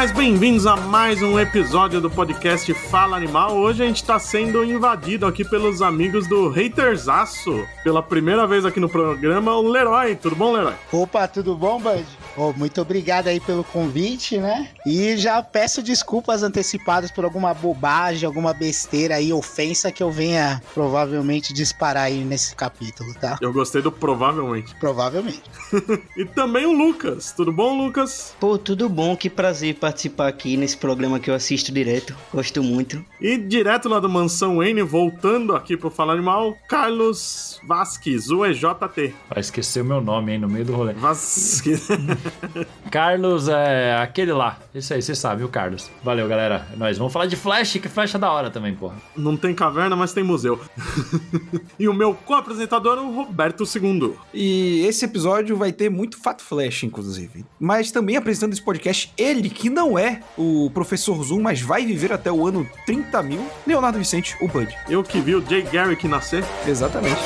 animais, bem-vindos a mais um episódio do podcast Fala Animal. Hoje a gente está sendo invadido aqui pelos amigos do Haterzaço. Pela primeira vez aqui no programa, o Leroy. Tudo bom, Leroy? Opa, tudo bom, Bud? Muito obrigado aí pelo convite, né? E já peço desculpas antecipadas por alguma bobagem, alguma besteira aí, ofensa que eu venha provavelmente disparar aí nesse capítulo, tá? Eu gostei do provavelmente. Provavelmente. E também o Lucas. Tudo bom, Lucas? Pô, tudo bom, que prazer participar aqui nesse programa que eu assisto direto, gosto muito. E direto lá do Mansão Wayne, voltando aqui pro Fala Animal, Carlos Vasquez, o EJT. Vai esquecer o meu nome aí no meio do rolê. Vasquez. Carlos é aquele lá, isso aí, você sabe, o Carlos. Valeu, galera, é nóis. Vamos falar de Flash, que Flash é da hora também, porra. Não tem caverna, mas tem museu. E o meu co-apresentador é o Roberto II. E esse episódio vai ter muito fato Flash, inclusive. Mas também apresentando esse podcast, ele que não é o Professor Zoom, mas vai viver até o ano 30.000, Leonardo Vicente, o Bud. Eu que vi o Jay Garrick nascer. Exatamente.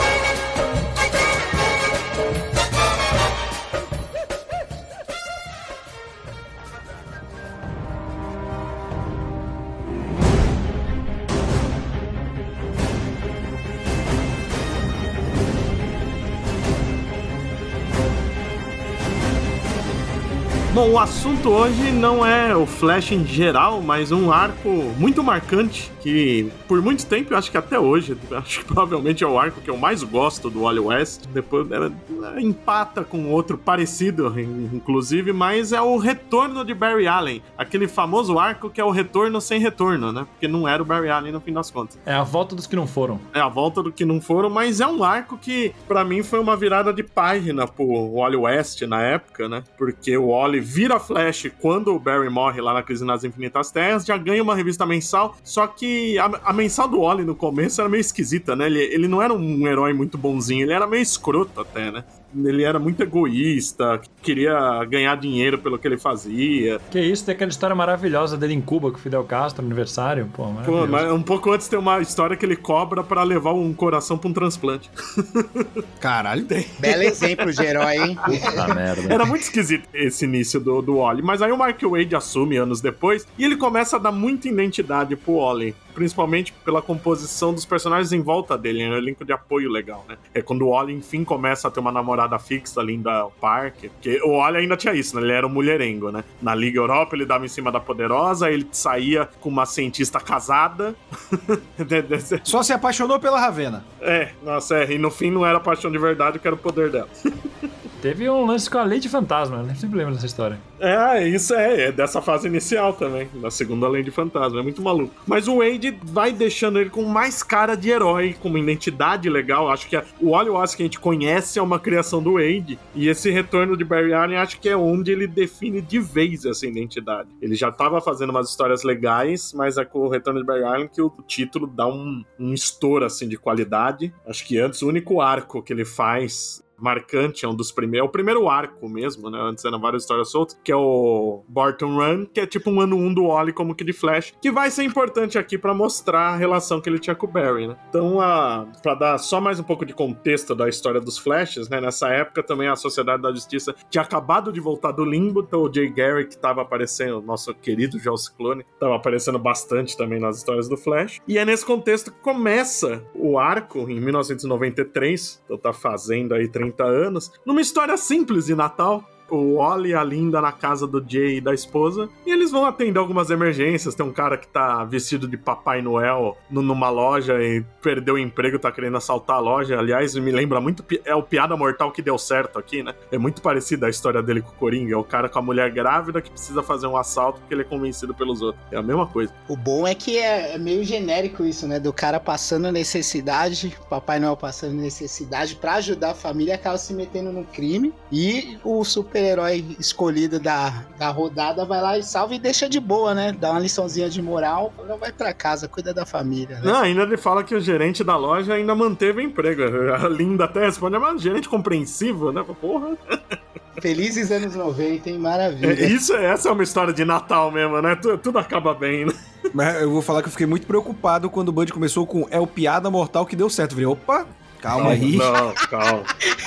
Bom, o assunto hoje não é o Flash em geral, mas um arco muito marcante que, por muito tempo, eu acho que até hoje, acho que provavelmente é o arco que eu mais gosto do Wally West. Depois empata com outro parecido, inclusive, mas é o retorno de Barry Allen. Aquele famoso arco que é o retorno sem retorno, né? Porque não era o Barry Allen no fim das contas. É a volta dos que não foram. É a volta do que não foram, mas é um arco que, pra mim, foi uma virada de página pro Wally West na época, né? Porque o Wally vira Flash quando o Barry morre lá na Crise nas Infinitas Terras, já ganha uma revista mensal, só que a mensal do Wally no começo era meio esquisita, né? Ele não era um herói muito bonzinho, ele era meio escroto até, né? Ele era muito egoísta, queria ganhar dinheiro pelo que ele fazia. Que isso, tem aquela história maravilhosa dele em Cuba com o Fidel Castro no aniversário. Pô, mas um pouco antes tem uma história que ele cobra pra levar um coração pra um transplante. Caralho, tem. Belo exemplo de herói, hein? Puta merda. Era muito esquisito esse início do Wally, mas aí o Mark Waid assume anos depois e ele começa a dar muita identidade pro Wally, principalmente pela composição dos personagens em volta dele, um elenco de apoio legal, né? É quando o Wally, enfim, começa a ter uma namorada fixa ali no parque, porque o Wally ainda tinha isso, né? Ele era um mulherengo, né? Na Liga Europa ele dava em cima da Poderosa, ele saía com uma cientista casada. Só se apaixonou pela Ravena. E no fim não era paixão de verdade, que era o poder dela. Teve um lance com a Lei de Fantasma, né? Sempre lembro dessa história. Isso é dessa fase inicial também, da segunda Lei de Fantasma, é muito maluco. Mas o Wade vai deixando ele com mais cara de herói, com uma identidade legal. Acho que o Wally West que a gente conhece é uma criação do Wade, e esse retorno de Barry Allen acho que é onde ele define de vez essa identidade. Ele já estava fazendo umas histórias legais, mas é com o retorno de Barry Allen que o título dá um estouro assim de qualidade. Acho que antes o único arco que ele faz marcante, é um dos primeiros, é o primeiro arco mesmo, né? Antes eram várias histórias soltas, que é o Barton Run, que é tipo um ano 1 do Wally como que de Flash, que vai ser importante aqui pra mostrar a relação que ele tinha com o Barry, né? Então, pra dar só mais um pouco de contexto da história dos Flashes, né? Nessa época também a Sociedade da Justiça tinha acabado de voltar do limbo, então o Jay Garrick tava aparecendo, nosso querido Joel Ciclone, tava aparecendo bastante também nas histórias do Flash, e é nesse contexto que começa o arco, em 1993, então tá fazendo aí 30 anos, numa história simples de Natal. O Wally e a Linda na casa do Jay e da esposa, e eles vão atender algumas emergências. Tem um cara que tá vestido de Papai Noel numa loja e perdeu o emprego, tá querendo assaltar a loja. Aliás, me lembra muito, é o Piada Mortal que deu certo aqui, né? É muito parecida a história dele com o Coringa. É o cara com a mulher grávida que precisa fazer um assalto porque ele é convencido pelos outros. É a mesma coisa. O bom é que é meio genérico isso, né? Do cara passando necessidade, Papai Noel passando necessidade pra ajudar a família, acaba se metendo no crime, e o super-herói escolhido da rodada vai lá e salva e deixa de boa, né? Dá uma liçãozinha de moral, vai pra casa, cuida da família, né? Não, ainda ele fala que o gerente da loja ainda manteve o emprego. A Linda até responde, mas gerente compreensivo, né? Porra. Felizes anos 90, hein? Maravilha. Essa é uma história de Natal mesmo, né? Tudo acaba bem, né? Mas eu vou falar que eu fiquei muito preocupado quando o Bud começou com é o Piada Mortal que deu certo. Eu falei, opa, calma aí. Não, calma.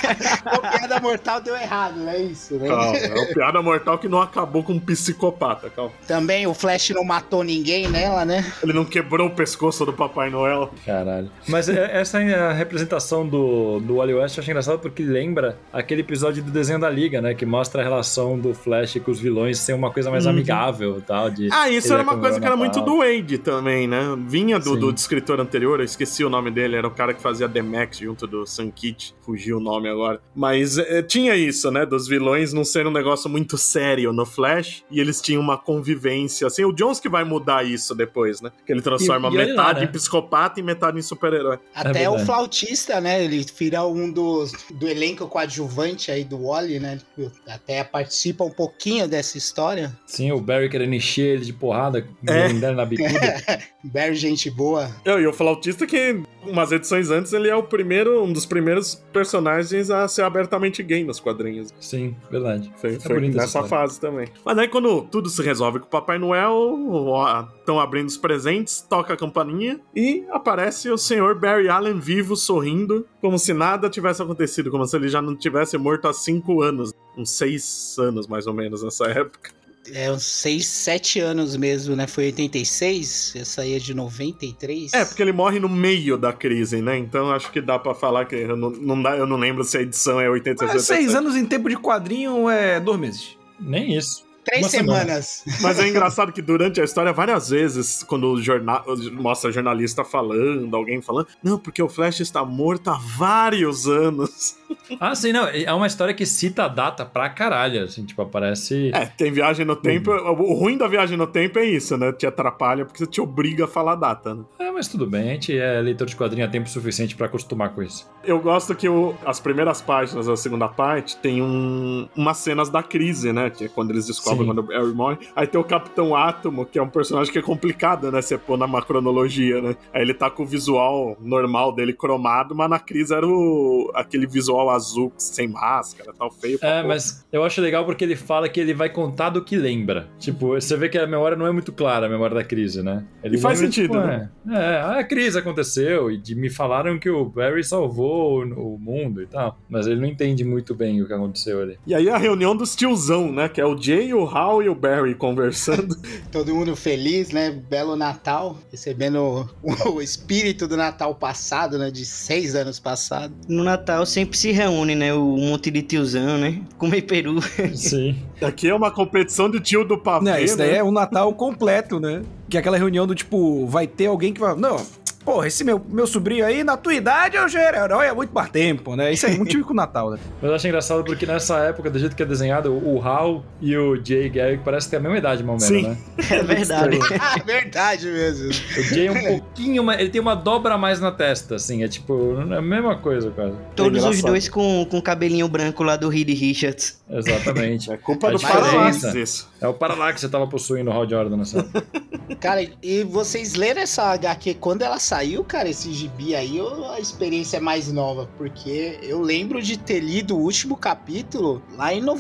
O Piada Mortal deu errado, não é isso, né? Calma, é o Piada Mortal que não acabou com um psicopata, calma. Também o Flash não matou ninguém nela, né? Ele não quebrou o pescoço do Papai Noel. Caralho. Mas essa é a representação do Wally West, eu acho engraçado porque lembra aquele episódio do desenho da Liga, né? Que mostra a relação do Flash com os vilões ser uma coisa mais amigável e tal. Isso era uma coisa que era muito do Wade também, né? Vinha do escritor anterior, eu esqueci o nome dele, era o cara que fazia The Max junto do Sun Kit, fugiu o nome agora. Mas tinha isso, né? Dos vilões não ser um negócio muito sério no Flash, e eles tinham uma convivência, assim, o Jones que vai mudar isso depois, né? Que ele transforma metade lá, né? em psicopata e metade em super-herói. Até o flautista, né? Ele vira um do elenco coadjuvante aí do Wally, né? Até participa um pouquinho dessa história. Sim, o Barry querendo encher ele de porrada, na bicuda. Barry, gente boa. E o flautista que, umas edições antes, ele é um dos primeiros personagens a ser abertamente gay nos quadrinhos. Sim, verdade. Foi nessa fase também. Mas aí quando tudo se resolve com o Papai Noel, estão abrindo os presentes, toca a campainha e aparece o senhor Barry Allen vivo, sorrindo, como se nada tivesse acontecido, como se ele já não tivesse morto há 5 anos. Uns 6 anos, mais ou menos, nessa época. Uns 6, 7 anos mesmo, né? Foi 86, essa aí é de 93. Porque ele morre no meio da crise, né? Então acho que dá pra falar que eu não lembro se a edição é 86 ou 6 anos em tempo de quadrinho é 2 meses. Nem isso. 3 semanas. Mas é engraçado que durante a história, várias vezes, quando mostra jornalista falando, alguém falando, não, porque o Flash está morto há vários anos. Ah, sim, não. É uma história que cita a data pra caralho, assim, tipo, aparece... Tem viagem no tempo. O ruim da viagem no tempo é isso, né? Te atrapalha porque você te obriga a falar a data, né? Mas tudo bem, a gente é leitor de quadrinho há tempo suficiente pra acostumar com isso. Eu gosto que as primeiras páginas da segunda parte tem umas cenas da crise, né? Que é quando eles descobrem quando o Barry morre. Aí tem o Capitão Átomo, que é um personagem que é complicado, né? Você pôr na macronologia, né? Aí ele tá com o visual normal dele cromado, mas na crise era aquele visual azul sem máscara, tal, feio. Mas eu acho legal porque ele fala que ele vai contar do que lembra. Tipo, você vê que a memória não é muito clara, a memória da crise, né? E faz sentido, tipo, né? A crise aconteceu e me falaram que o Barry salvou o mundo e tal. Mas ele não entende muito bem o que aconteceu ali. E aí a reunião dos tiozão, né? Que é o Jay, o Hal e o Barry conversando. Todo mundo feliz, né? Belo Natal, recebendo o espírito do Natal passado, né? De 6 anos passado. No Natal sempre se reúne, né? O monte de tiozão, né? Comer peru. Sim. Aqui é uma competição de tio do pavê, Não, isso daí né? é um Natal completo, né? Que é aquela reunião do tipo, vai ter alguém que vai... Não, porra, esse meu sobrinho aí, na tua idade, eu já era herói há muito mais tempo, né? Isso é muito típico Natal, né? Mas eu acho engraçado porque nessa época, do jeito que é desenhado, o Hal e o Jay Garrick parecem ter a mesma idade, mais ou menos, né? É verdade. Verdade mesmo. O Jay é um pouquinho mais... Ele tem uma dobra a mais na testa, assim. É tipo... É a mesma coisa, quase. Todos os dois com cabelinho branco lá do Reed Richards. Exatamente. É culpa A do diferença Parallax isso. É o Parallax que você tava possuindo o Hal Jordan nessa época. Cara, e vocês leram essa HQ quando ela saiu, cara, esse gibi aí, ou a experiência é mais nova? Porque eu lembro de ter lido o último capítulo lá em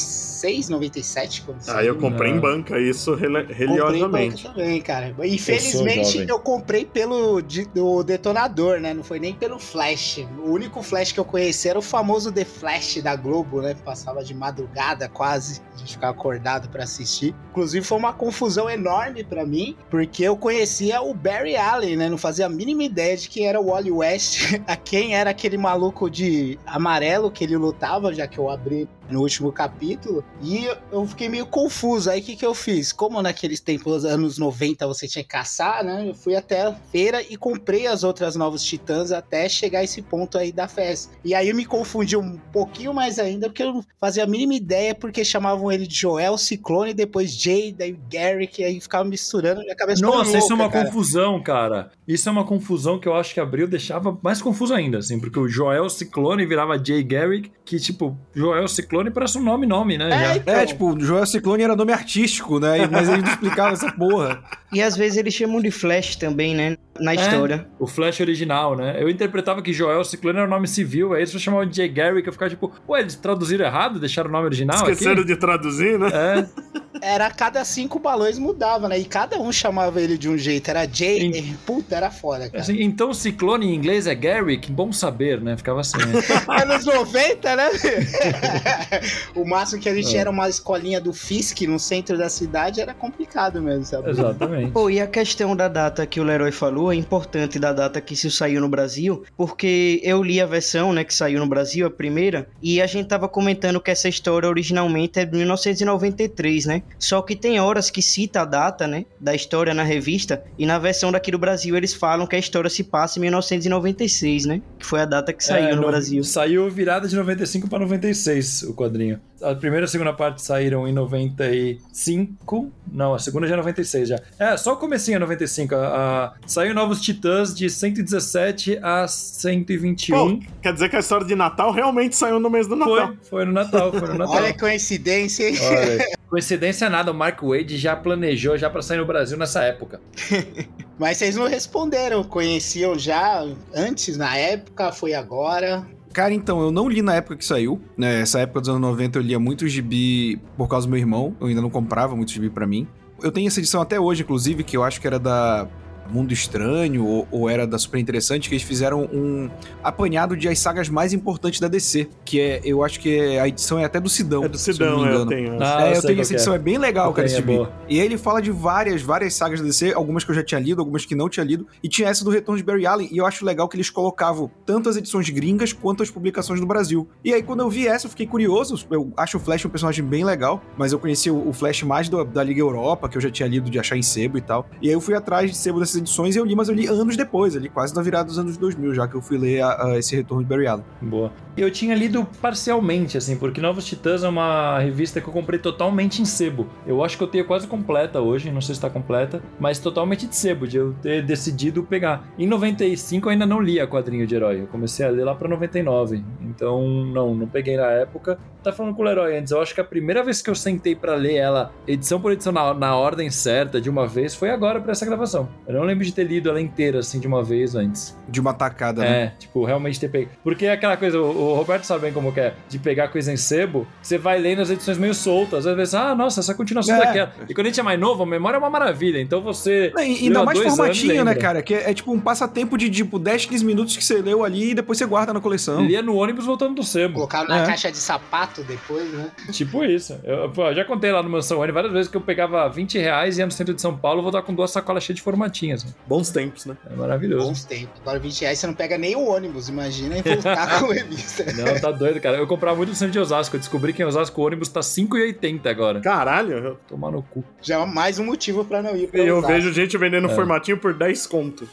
96, 97, quando saiu. Eu comprei em banca isso religiosamente. Comprei em banca também, cara. Infelizmente eu comprei do Detonador, né? Não foi nem pelo Flash. O único Flash que eu conheci era o famoso The Flash da Globo, né? Passava de madrugada quase. A gente ficava acordado pra assistir. Inclusive foi uma confusão enorme pra mim, porque eu conhecia o Barry Allen, né? Não fazia a mínima ideia de quem era o Wally West, a quem era aquele maluco de amarelo que ele lutava, já que eu abri no último capítulo, e eu fiquei meio confuso. Aí o que eu fiz? Como naqueles tempos, anos 90, você tinha que caçar, né? Eu fui até a feira e comprei as outras Novos Titãs até chegar a esse ponto aí da festa. E aí eu me confundi um pouquinho mais ainda, porque eu não fazia a mínima ideia, porque chamavam ele de Joel, Ciclone, depois Jay, daí Garrick, e aí ficava misturando, minha cabeça ficou louca, isso é uma cara. confusão, cara. Isso é uma confusão que eu acho que Abril deixava mais confuso ainda, assim, porque o Joel Ciclone virava Jay Garrick, que, tipo, Joel Ciclone parece um nome, né? Já. Então. Tipo, o Joel Ciclone era nome artístico, né? Mas ele não explicava essa porra. E às vezes eles chamam de Flash também, né? na história. O Flash original, né? Eu interpretava que Joel Ciclone era o nome civil, aí eles chamavam de Jay Garrick, eu ficava tipo, ué, eles traduziram errado, deixaram o nome original Esqueceram aqui? de traduzir, né? Era cada 5 balões mudava, né? E cada um chamava ele de um jeito. Era Jay. Puta, era foda, cara. Assim, então Ciclone em inglês é Garrick? Bom saber, né? Ficava assim. Anos 90, né? O máximo que a gente era uma escolinha do Fisk no centro da cidade era complicado mesmo, sabe? Exatamente. Pô, e a questão da data que o Leroy falou é importante, da data que isso saiu no Brasil, porque eu li a versão, né, que saiu no Brasil, a primeira, e a gente tava comentando que essa história originalmente é de 1993, né? Só que tem horas que cita a data, né, da história na revista, e na versão daqui do Brasil eles falam que a história se passa em 1996, né? Que foi a data que saiu no Brasil. Saiu virada de 95 para 96 o quadrinho. A primeira e a segunda parte saíram em 95. Não, a segunda já é 96 já. Só o comecinho é 95. Saiu Novos Titãs de 117 a 121. Pô, quer dizer que a história de Natal realmente saiu no mês do Natal. Foi no Natal. Olha que coincidência, hein? Olha, coincidência nada, o Mark Waid já planejou já pra sair no Brasil nessa época. Mas vocês não responderam. Conheciam já antes, na época, foi agora? Cara, então, eu não li na época que saiu, né? Essa época dos anos 90 eu lia muito gibi por causa do meu irmão, eu ainda não comprava muito gibi pra mim. Eu tenho essa edição até hoje, inclusive, que eu acho que era da Mundo Estranho ou era da Super Interessante, que eles fizeram um apanhado de as sagas mais importantes da DC, que eu acho que a edição é até do Sidão. É do Sidão, eu tenho. Eu tenho essa edição, é bem legal, cara, esse gibi. Boa. E ele fala de várias sagas da DC, algumas que eu já tinha lido, algumas que não tinha lido, e tinha essa do Retorno de Barry Allen, e eu acho legal que eles colocavam tanto as edições gringas quanto as publicações do Brasil. E aí, quando eu vi essa, eu fiquei curioso, eu acho o Flash um personagem bem legal, mas eu conheci o Flash mais da Liga Europa, que eu já tinha lido de achar em sebo e tal. E aí eu fui atrás de sebo dessas edições e eu li, mas eu li anos depois, ali quase na virada dos anos 2000, já que eu fui ler esse Retorno de Barry Allen. Boa. Eu tinha lido parcialmente, assim, porque Novos Titãs é uma revista que eu comprei totalmente em sebo. Eu acho que eu tenho quase completa hoje, não sei se tá completa, mas totalmente de sebo, de eu ter decidido pegar. Em 95 eu ainda não li a quadrinho de herói, eu comecei a ler lá pra 99, então não peguei na época. Tá falando com o Leroy antes, eu acho que a primeira vez que eu sentei pra ler ela, edição por edição, na ordem certa, de uma vez, foi agora pra essa gravação. Eu não lembro de ter lido ela inteira, assim, de uma vez antes. De uma tacada, né? Tipo, realmente ter pego. Porque é aquela coisa, o Roberto sabe bem como que é, de pegar coisa em sebo, você vai lendo as edições meio soltas, às vezes, nossa, essa continuação daquela. E quando a gente é mais novo, a memória é uma maravilha, então você... Ainda mais formatinho, né, cara? Que é tipo um passatempo de, 10, 15 minutos que você leu ali e depois você guarda na coleção. Lia no ônibus voltando do sebo. Colocaram na caixa de sapato depois, né? Tipo isso. Eu já contei lá no Mansão N várias vezes que eu pegava R$20 e ia no centro de São Paulo voltar com 2 sacolas cheias de formatinhas. Assim. Bons tempos, né? É maravilhoso. Bons tempos. Agora R$20 você não pega nem o ônibus, imagina, e voltar com a revista. Não, tá doido, cara. Eu comprava muito no centro de Osasco. Eu descobri que em Osasco o ônibus tá R$5,80 agora. Caralho. Tomar no cu. Já é mais um motivo pra não ir pra Eu Osasco. vejo gente vendendo formatinho por 10 conto.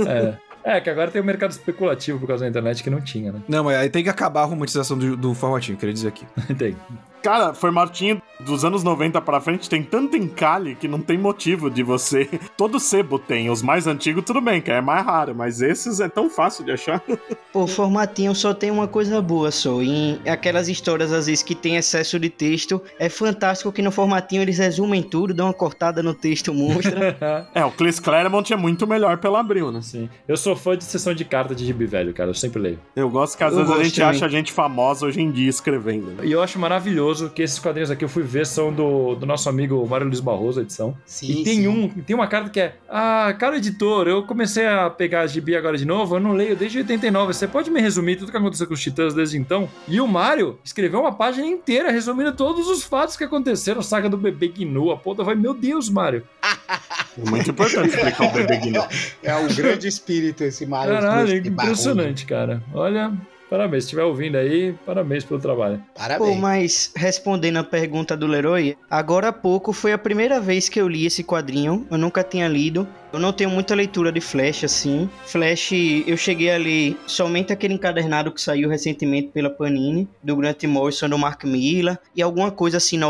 Que agora tem um mercado especulativo por causa da internet que não tinha, né? Não, mas aí tem que acabar a romantização do formatinho, queria dizer aqui. Tem. Cara, formatinho dos anos 90 pra frente tem tanto encalhe que não tem motivo de você... Todo sebo tem. Os mais antigos, tudo bem, que é mais raro. Mas esses é tão fácil de achar. Pô, formatinho só tem uma coisa boa só. Em aquelas histórias, às vezes, que tem excesso de texto, é fantástico que no formatinho eles resumem tudo, dão uma cortada no texto, mostra. O Chris Claremont é muito melhor pelo Abril, né? Sim. Eu sou fã de sessão de carta de gibi velho, cara. Eu sempre leio. Eu gosto que às vezes a gente acha gente famosa hoje em dia escrevendo. Né? E eu acho maravilhoso que esses quadrinhos aqui eu fui ver são do nosso amigo Mário Luiz Barroso, a edição. Sim, e tem uma carta que é: cara, editor, eu comecei a pegar gibi agora de novo, eu não leio desde 89, você pode me resumir tudo que aconteceu com os Titãs desde então? E o Mário escreveu uma página inteira resumindo todos os fatos que aconteceram, saga do bebê Gnu, a ponta vai, meu Deus, Mário. É muito importante explicar o bebê Gnu. É um grande espírito esse Mário. Caralho, impressionante, cara. Olha... Parabéns, se estiver ouvindo aí, parabéns pelo trabalho. Parabéns. Pô, mas respondendo a pergunta do Leroy, agora há pouco foi a primeira vez que eu li esse quadrinho, eu nunca tinha lido. Eu não tenho muita leitura de Flash, assim. Flash, eu cheguei a ler somente aquele encadernado que saiu recentemente pela Panini, do Grant Morrison, do Mark Millar, e alguma coisa assim,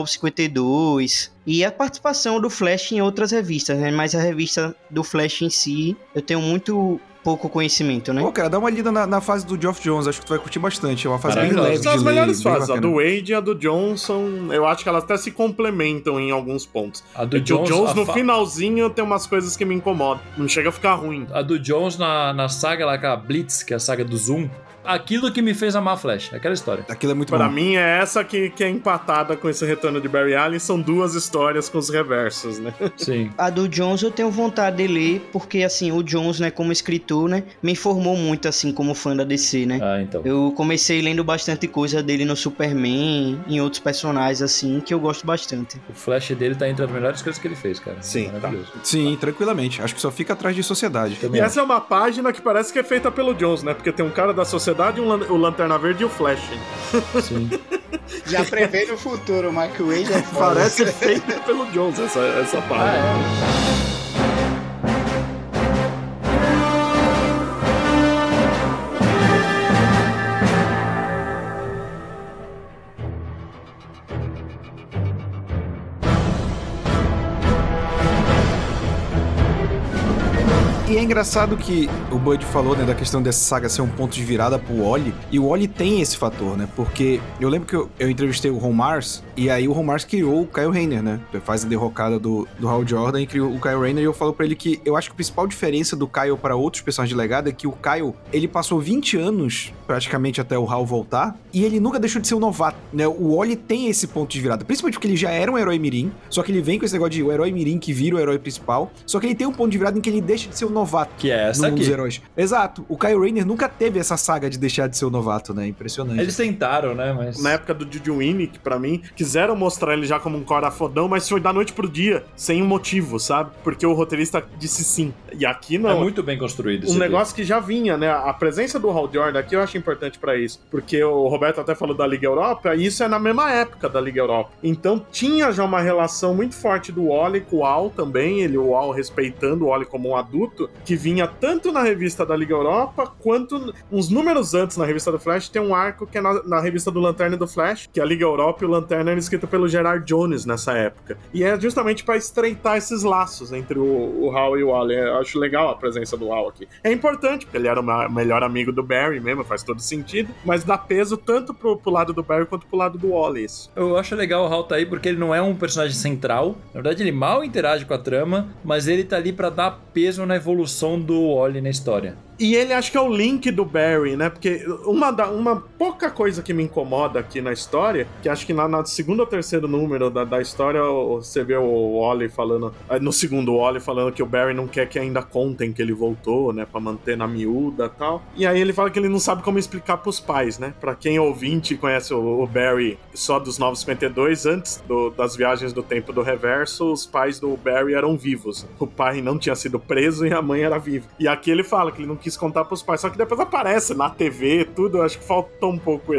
952. E a participação do Flash em outras revistas, né? Mas a revista do Flash em si, eu tenho muito pouco conhecimento, né? Pô, cara, dá uma lida na fase do Geoff Johns, acho que tu vai curtir bastante. É uma fase bem leve São as de ler, melhores bem fases. A bacana. do Wade e a do Johnson, eu acho que elas até se complementam em alguns pontos. A do O Jones, Jones no finalzinho tem umas coisas que me incomodam. Não chega a ficar ruim. A do Jones na saga lá, aquela Blitz, que é a saga do Zoom. Aquilo que me fez amar a Flash, aquela história. Aquilo é muito Pra bom. mim é essa que é empatada com esse retorno de Barry Allen. São duas histórias com os reversos, né? Sim. A do Jones eu tenho vontade de ler, porque, assim, o Jones, né, como escritor, né, me informou muito, assim, como fã da DC, né? Ah, então. Eu comecei lendo bastante coisa dele no Superman, em outros personagens, assim, que eu gosto bastante. O Flash dele tá entre as melhores coisas que ele fez, cara. Sim, Maravilhoso. Sim, tranquilamente. Acho que só fica atrás de Sociedade. E Também essa é uma página que parece que é feita pelo Jones, né? Porque tem um cara da Sociedade, o Lanterna Verde e o Flash. Sim. Já prevê no futuro, o Mark Waid é foda. Parece feita pelo Jones essa página. E é engraçado que o Bud falou, né, da questão dessa saga ser um ponto de virada pro Wally, e o Wally tem esse fator, né, porque eu lembro que eu entrevistei o Ron Mars, e aí o Ron Mars criou o Kyle Rayner, né, faz a derrocada do Hal Jordan e criou o Kyle Rayner, e eu falo pra ele que eu acho que a principal diferença do Kyle para outros personagens de legado é que o Kyle, ele passou 20 anos, praticamente até o Hal voltar, e ele nunca deixou de ser um novato, né, o Wally tem esse ponto de virada, principalmente porque ele já era um herói mirim, só que ele vem com esse negócio de o herói mirim que vira o herói principal, só que ele tem um ponto de virada em que ele deixa de ser um novato. Que é essa no mundo dos aqui. heróis. Exato. O Kyle Rayner nunca teve essa saga de deixar de ser o novato, né? Impressionante. Eles tentaram, né? Mas. Na época do Juju Winnick, pra mim, quiseram mostrar ele já como um cara fodão, mas foi da noite pro dia, sem um motivo, sabe? Porque o roteirista disse sim. E aqui não. É muito bem construído isso Um aqui. negócio que já vinha, né? A presença do Hal Jordan aqui eu acho importante pra isso. Porque o Roberto até falou da Liga Europa, e isso é na mesma época da Liga Europa. Então tinha já uma relação muito forte do Wally com o Al também, o Al respeitando o Wally como um adulto, que vinha tanto na revista da Liga Europa, quanto uns números antes na revista do Flash, tem um arco que é na revista do Lanterna e do Flash, que é a Liga Europa e o Lanterna era escrito pelo Gerard Jones nessa época. E é justamente pra estreitar esses laços entre o Hal e o Wally. Eu acho legal a presença do Hal aqui. É importante, porque ele era o melhor amigo do Barry mesmo, faz todo sentido, mas dá peso tanto pro lado do Barry quanto pro lado do Wally. Isso. Eu acho legal o Hal tá aí porque ele não é um personagem central. Na verdade, ele mal interage com a trama, mas ele tá ali pra dar peso na evolução do Wally na história. E ele acho que é o link do Barry, né? Porque uma pouca coisa que me incomoda aqui na história, que acho que na segunda ou terceiro número da história, você vê o Wally falando, no segundo o Wally falando que o Barry não quer que ainda contem que ele voltou, né? Pra manter na miúda e tal. E aí ele fala que ele não sabe como explicar pros pais, né? Pra quem é ouvinte e conhece o Barry só dos 952, antes das viagens do tempo do reverso, os pais do Barry eram vivos. O pai não tinha sido preso e a mãe era viva. E aqui ele fala que ele não quis contar pros pais, só que depois aparece na TV, tudo, eu acho que faltou um pouco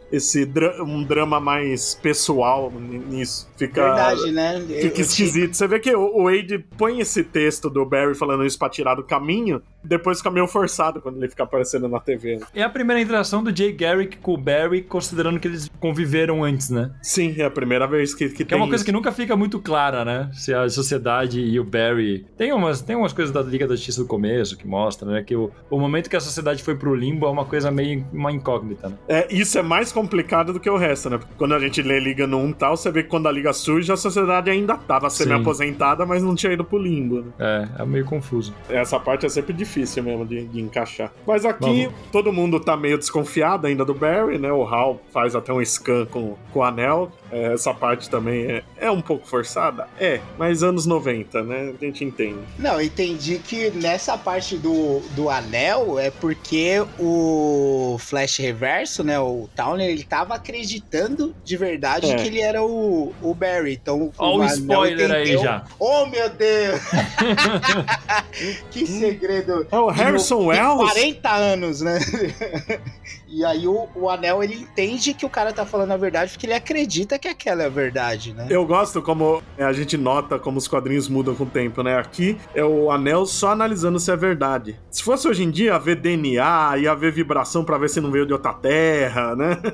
um drama mais pessoal nisso. Fica, verdade, né? Fica esquisito. Você vê que o Wade põe esse texto do Barry falando isso pra tirar do caminho, depois fica meio forçado quando ele fica aparecendo na TV. Né? É a primeira interação do Jay Garrick com o Barry, considerando que eles conviveram antes, né? Sim, é a primeira vez que tem é uma coisa isso. que nunca fica muito clara, né? Se a sociedade e o Barry... Tem umas coisas da Liga da Justiça do começo que mostram, né? Que o momento que a sociedade foi pro limbo é uma coisa meio uma incógnita, né? Isso é mais complicado do que o resto, né? Porque quando a gente lê Liga no 1 e tal, você vê que quando a Liga surge, a sociedade ainda tava semi-aposentada, mas não tinha ido pro limbo, né? É meio confuso. Essa parte é sempre difícil mesmo de encaixar. Mas aqui, todo mundo tá meio desconfiado ainda do Barry, né? O Hal faz até um scan com o anel. Essa parte também é um pouco forçada? Mas anos 90, né? A gente entende. Não, eu entendi que nessa parte do anel é porque o Flash Reverso, né, o Towner, ele tava acreditando de verdade que ele era o Barry. Então, ó o spoiler entendeu. aí já. Oh, meu Deus! Que segredo. O Harrison Wells? 40 anos, né? E aí o anel, ele entende que o cara tá falando a verdade porque ele acredita que aquela é a verdade, né? Eu gosto como a gente nota como os quadrinhos mudam com o tempo, né? Aqui é o anel só analisando se é verdade. Se fosse hoje em dia, ia ver DNA, ia ver vibração pra ver se não veio de outra terra, né?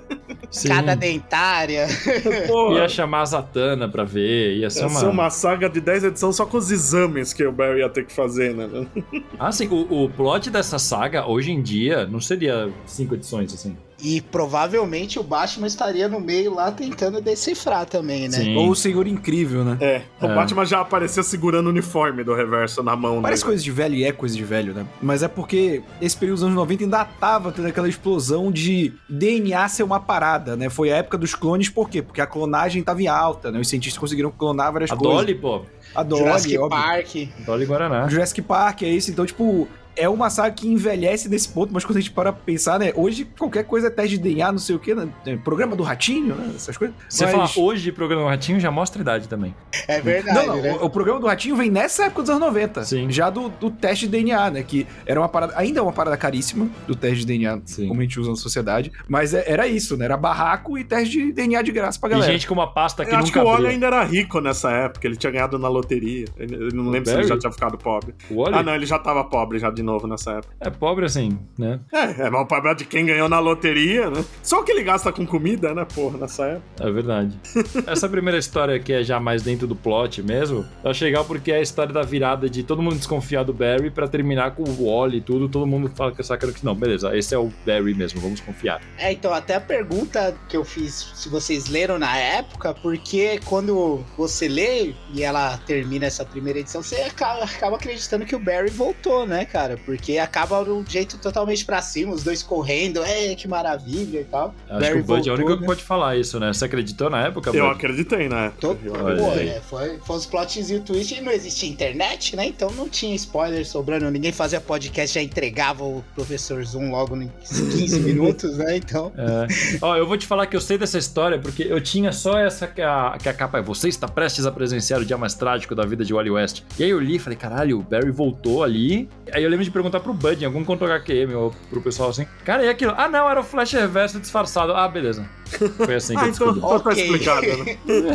Escada dentária. Porra, Ia chamar a Zatanna pra ver, ia ser uma saga de 10 edições só com os exames que o Barry ia ter que fazer, né? Ah, sim, o plot dessa saga, hoje em dia, não seria 5 edições, assim. E provavelmente o Batman estaria no meio lá tentando decifrar também, né? Sim. Ou o Senhor Incrível, né? O Batman já aparecia segurando o uniforme do Reverso na mão, Parece né? coisa de velho e é coisa de velho, né? Mas é porque esse período dos anos 90 ainda tava tendo aquela explosão de DNA ser uma parada, né? Foi a época dos clones, por quê? Porque a clonagem tava em alta, né? Os cientistas conseguiram clonar várias A coisas. Dolly, pô. A Dolly, Jurassic óbvio. Park. Dolly Guaraná. Jurassic Park, é isso. Então, tipo, é uma saga que envelhece nesse ponto, mas quando a gente para pra pensar, né? Hoje, qualquer coisa é teste de DNA, não sei o quê, né? Programa do Ratinho, né? Essas coisas. Você falar hoje programa do Ratinho já mostra a idade também. É verdade, Não, né? o programa do Ratinho vem nessa época dos anos 90. Sim. Já do teste de DNA, né? Que era uma parada, ainda é uma parada caríssima, do teste de DNA, Sim. como a gente usa na sociedade. Mas era isso, né? Era barraco e teste de DNA de graça pra E galera. gente com uma pasta que Eu acho nunca que o Wally abria. ainda era rico nessa época, ele tinha ganhado na loteria. Eu não lembro se ele Barry? já tinha ficado pobre. O Wally? Ah, não, ele já tava pobre já de novo nessa época. É pobre assim, né? Mas o problema de quem ganhou na loteria, né? Só o que ele gasta com comida, né, porra, nessa época. É verdade. Essa primeira história que é já mais dentro do plot mesmo, eu acho legal porque é a história da virada de todo mundo desconfiar do Barry pra terminar com o Wally e tudo, todo mundo fala que sacando que não, beleza, esse é o Barry mesmo, vamos confiar. Então, até a pergunta que eu fiz, se vocês leram na época, porque quando você lê e ela termina essa primeira edição, você acaba acreditando que o Barry voltou, né, cara? Porque acaba de um jeito totalmente pra cima, os dois correndo, que maravilha e tal. Acho Barry que o Bud é o único voltou, que pode falar isso, né? Você acreditou na época, Eu Bud? acreditei na época. Olha aí. Foi os plots e o twist, e não existia internet, né? Então não tinha spoiler sobrando, ninguém fazia podcast, já entregava o Professor Zoom logo em 15 minutos, né? Então... Ó, eu vou te falar que eu sei dessa história porque eu tinha só essa que a capa é você está prestes a presenciar o dia mais trágico da vida de Wally West. E aí eu li e falei, caralho, o Barry voltou ali. Aí eu lembro de perguntar pro Bud em algum conto HQM ou pro pessoal assim, cara, e aquilo? Ah, não, era o Flash Reverso disfarçado. Ah, beleza. Foi assim que eu descobri. Então tá Ok. explicado, né?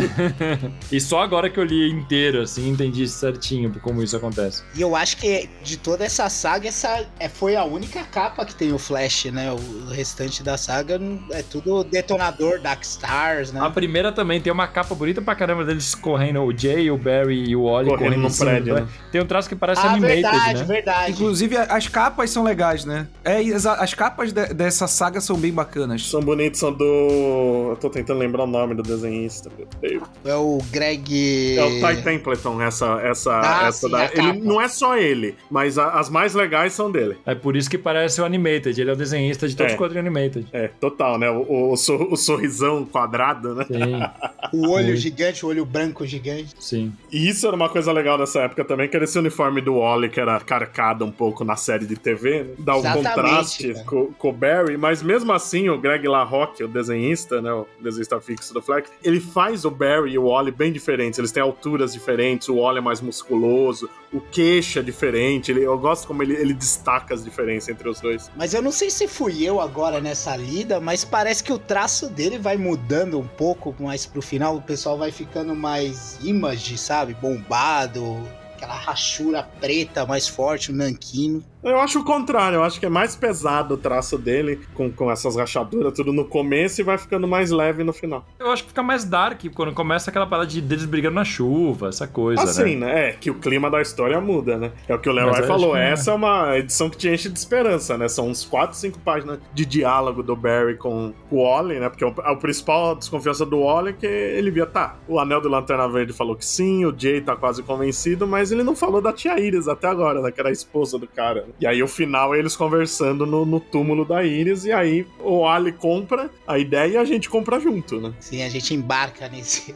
E só agora que eu li inteiro, assim, entendi certinho como isso acontece. E eu acho que de toda essa saga, foi a única capa que tem o Flash, né? O restante da saga é tudo detonador, Dark Stars, né? A primeira também tem uma capa bonita pra caramba deles correndo, o Jay, o Barry e o Wally correndo no em cima do prédio, prédio. né? Tem um traço que parece animated, verdade, né? verdade. Inclusive, as capas são legais, né? As capas dessa saga são bem bacanas. São bonitos, são do... Eu tô tentando lembrar o nome do desenhista, meu Deus. É o Greg... É o Ty Templeton, essa sim, da... a capa. Ele não é só ele, mas as mais legais são dele. É por isso que parece o animated, ele é o desenhista de todos os quadrinhos animated. É, total, né? O sorrisão quadrado, né? Sim, O olho Muito. gigante, o olho branco gigante. sim. E isso era uma coisa legal dessa época também, que era esse uniforme do Wally, que era carcado um pouco na série de TV, né? Dá o Exatamente, contraste cara. com o Barry, mas mesmo assim, o Greg LaRocque, o desenhista, né? O desenhista fixo do Fleck, ele faz o Barry e o Wally bem diferentes, eles têm alturas diferentes, o Wally é mais musculoso, o queixo é diferente, eu gosto como ele destaca as diferenças entre os dois. Mas eu não sei se fui eu agora nessa lida, mas parece que o traço dele vai mudando um pouco mais pro final. O pessoal vai ficando mais image, sabe? Bombado, aquela rachura preta mais forte, o nanquino. Eu acho o contrário, eu acho que é mais pesado o traço dele, com essas rachaduras, tudo no começo, e vai ficando mais leve no final. Eu acho que fica mais dark quando começa aquela parada deles brigando na chuva, essa coisa, Assim, né? né? É que o clima da história muda, né? É o que o Leroy Mas eu falou. acho que Essa é uma edição que te enche de esperança, né? São uns 4, 5 páginas de diálogo do Barry com o Wally, né? Porque a principal desconfiança do Wally é que ele via, o Anel do Lanterna Verde falou que sim, o Jay tá quase convencido, mas ele não falou da tia Iris até agora, né? Que era a esposa do cara. Né? E aí o final é eles conversando no túmulo da Iris, e aí o Wally compra a ideia e a gente compra junto, né? Sim, a gente embarca nesse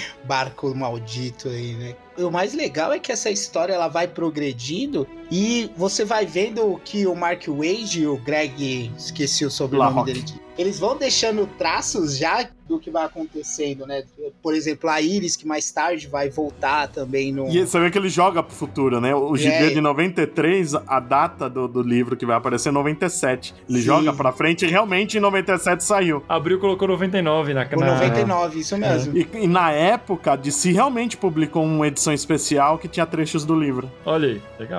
barco maldito aí, né? O mais legal é que essa história ela vai progredindo e você vai vendo que o Mark Waid e o Greg, esqueci o sobrenome LaRocque. dele, eles vão deixando traços já do que vai acontecendo, né? Por exemplo, a Iris, que mais tarde vai voltar também no... E você vê que ele joga pro futuro, né? O gibi de 93, a data do livro que vai aparecer é 97. Ele Sim. joga pra frente e realmente em 97 saiu. Abril colocou 99 na O 99, isso mesmo. E na época, a DC realmente publicou uma edição especial que tinha trechos do livro. Olha aí, legal.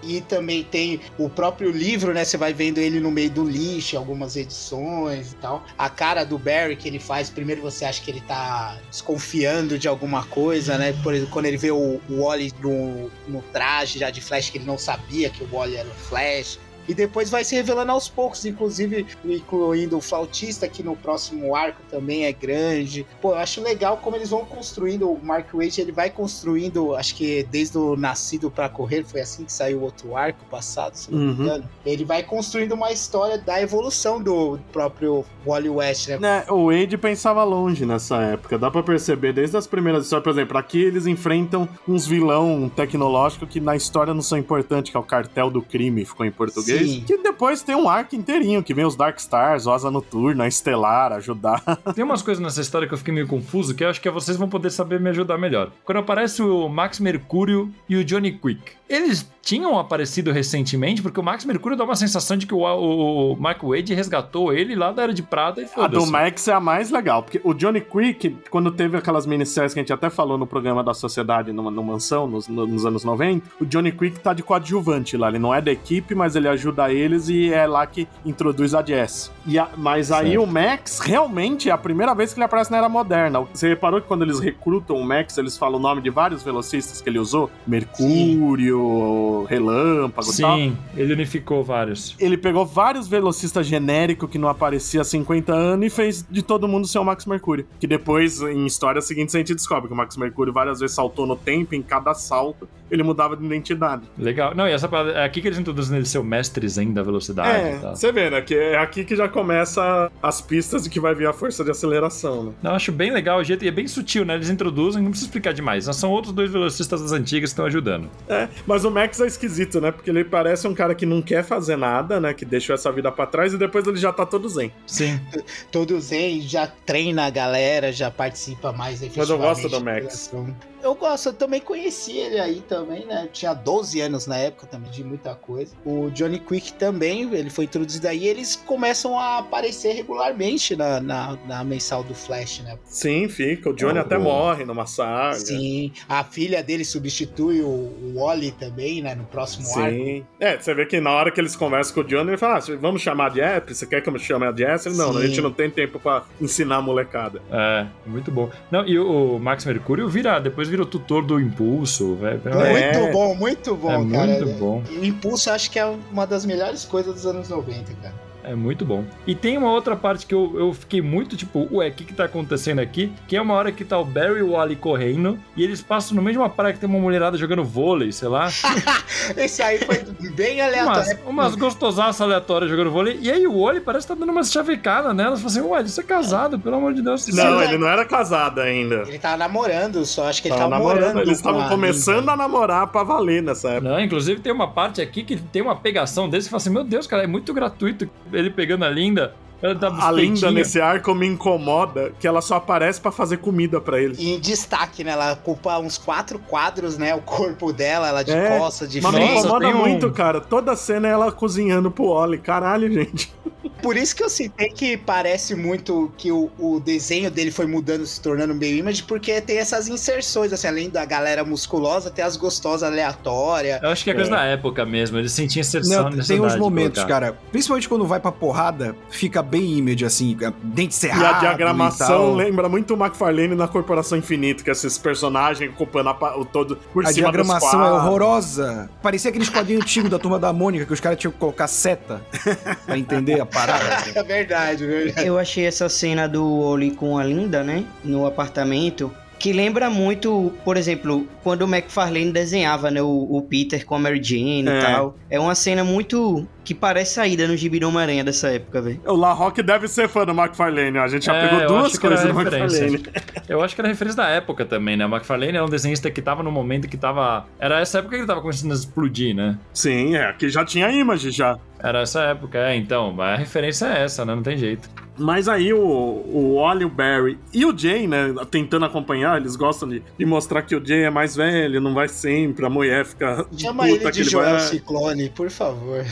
E também tem o próprio livro, né? Você vai vendo ele no meio do lixo, algumas edições e tal. A cara do Barry que ele faz, primeiro você acha que ele tá desconfiando de alguma coisa, né? Por exemplo, quando ele vê o Wally no traje já de Flash, que ele não sabia que o Wally era o Flash. E depois vai se revelando aos poucos, inclusive incluindo o Flautista, que no próximo arco também é grande. Pô, eu acho legal como eles vão construindo, o Mark Waid, ele vai construindo, acho que desde o Nascido pra Correr, foi assim que saiu o outro arco passado, se não me engano. Ele vai construindo uma história da evolução do próprio Wally West, né? O Wade pensava longe nessa época, dá pra perceber desde as primeiras histórias. Por exemplo, aqui eles enfrentam uns vilão tecnológico que na história não são importantes, que é o Cartel do Crime, ficou em português. Sim. Que depois tem um arco inteirinho, que vem os Dark Stars, Asa Noturna, a Estelar, ajudar. Tem umas coisas nessa história que eu fiquei meio confuso, que eu acho que vocês vão poder saber me ajudar melhor. Quando aparece o Max Mercúrio e o Johnny Quick, eles tinham aparecido recentemente, porque o Max Mercúrio dá uma sensação de que o Mark Waid resgatou ele lá da Era de Prata e foda-se. A do Max é a mais legal, porque o Johnny Quick, quando teve aquelas minisséries que a gente até falou no programa da Sociedade no Mansão, nos anos 90, o Johnny Quick tá de coadjuvante lá, ele não é da equipe, mas ele ajuda eles e é lá que introduz a Jess. Mas aí certo. O Max, realmente, é a primeira vez que ele aparece na Era Moderna. Você reparou que quando eles recrutam o Max, eles falam o nome de vários velocistas que ele usou? Mercúrio, Relâmpago e tal. Sim, ele unificou vários. Ele pegou vários velocistas genéricos que não aparecia há 50 anos e fez de todo mundo ser o Max Mercúrio. Que depois, em história seguinte, a gente descobre que o Max Mercúrio várias vezes saltou no tempo, em cada salto ele mudava de identidade. Legal. Não, e essa parada, é aqui que eles introduzem ele ser o mestre zen da velocidade e tal. Você vê, né? Que é aqui que já começa as pistas de que vai vir a força de aceleração, né? Não, eu acho bem legal o jeito, e é bem sutil, né? Eles introduzem, não precisa explicar demais. São outros dois velocistas das antigas que estão ajudando. Mas o Max é esquisito, né? Porque ele parece um cara que não quer fazer nada, né? Que deixou essa vida pra trás e depois ele já tá todo zen. Sim. Todo zen, já treina a galera, já participa mais efetivamente. Mas eu gosto do Max. Eu gosto, eu também conheci ele aí também, né? Tinha 12 anos na época também, de muita coisa. O Johnny Quick também, ele foi introduzido aí, eles começam a aparecer regularmente na mensal do Flash, né? Sim, fica. O Johnny até morre numa saga. Sim, a filha dele substitui o Wally também, né? No próximo arco. Sim. Você vê que na hora que eles conversam com o Johnny, ele fala, vamos chamar a Jess? Você quer que eu chame a Jess? Ele, não, a gente não tem tempo pra ensinar a molecada. Muito bom. Não, e o Max Mercúrio depois vira o tutor do Impulso, velho. Muito bom, cara. Muito bom. O Impulso acho que é uma das melhores coisas dos anos 90, cara. É muito bom. E tem uma outra parte que eu fiquei muito tipo, o que tá acontecendo aqui? Que é uma hora que tá o Barry e o Wally correndo e eles passam no mesma praia que tem uma mulherada jogando vôlei, sei lá. Esse aí foi bem aleatório. Umas gostosaças aleatórias jogando vôlei. E aí o Wally parece que tá dando uma chavecadas nelas. Fala assim, você é casado, pelo amor de Deus. Não, ele não era casado ainda. Ele tava namorando só, acho que ele tava namorando. Eles estavam começando a namorar pra valer nessa época. Não, inclusive tem uma parte aqui que tem uma pegação desse que fala assim, meu Deus, cara, é muito gratuito ele pegando a Linda. A Linda nesse arco me incomoda que ela só aparece pra fazer comida pra ele. E em destaque, né? Ela ocupa uns 4 quadros, né? O corpo dela, ela de costa, de frente. Mas me incomoda muito, cara. Toda cena é ela cozinhando pro Wally. Caralho, gente. Por isso que eu citei que parece muito que o desenho dele foi mudando, se tornando meio image, porque tem essas inserções, assim, além da galera musculosa, tem as gostosas aleatórias. Eu acho que é coisa da época mesmo, eles sentiam inserção. Tem uns momentos, cara, principalmente quando vai pra porrada, fica bem image, assim, dente cerrado. E a diagramação lembra muito o McFarlane na Corporação Infinito, que é esses personagens ocupando o todo por cima dos quadros. A diagramação é horrorosa. Parecia aqueles quadrinhos antigos da Turma da Mônica, que os caras tinham que colocar seta pra entender a parada. É verdade. Eu achei essa cena do Wally com a Linda, né, no apartamento, que lembra muito, por exemplo, quando o McFarlane desenhava, né, o Peter com a Mary Jane e tal. É uma cena muito que parece saída no Gibi do Homem-Aranha dessa época, velho. O La Roque deve ser fã do McFarlane, a gente já pegou duas coisas do McFarlane. Eu acho que era referência da época também, né? O McFarlane era um desenhista que tava no momento que tava... Era essa época que ele tava começando a explodir, né? Sim, aqui já tinha Image, já. Era essa época, então. A referência é essa, né? Não tem jeito. Mas aí o Wally, o Barry e o Jay, né, tentando acompanhar, eles gostam de mostrar que o Jay é mais velho, não vai sempre, a mulher fica... Chama ele de Joel Ciclone, por favor.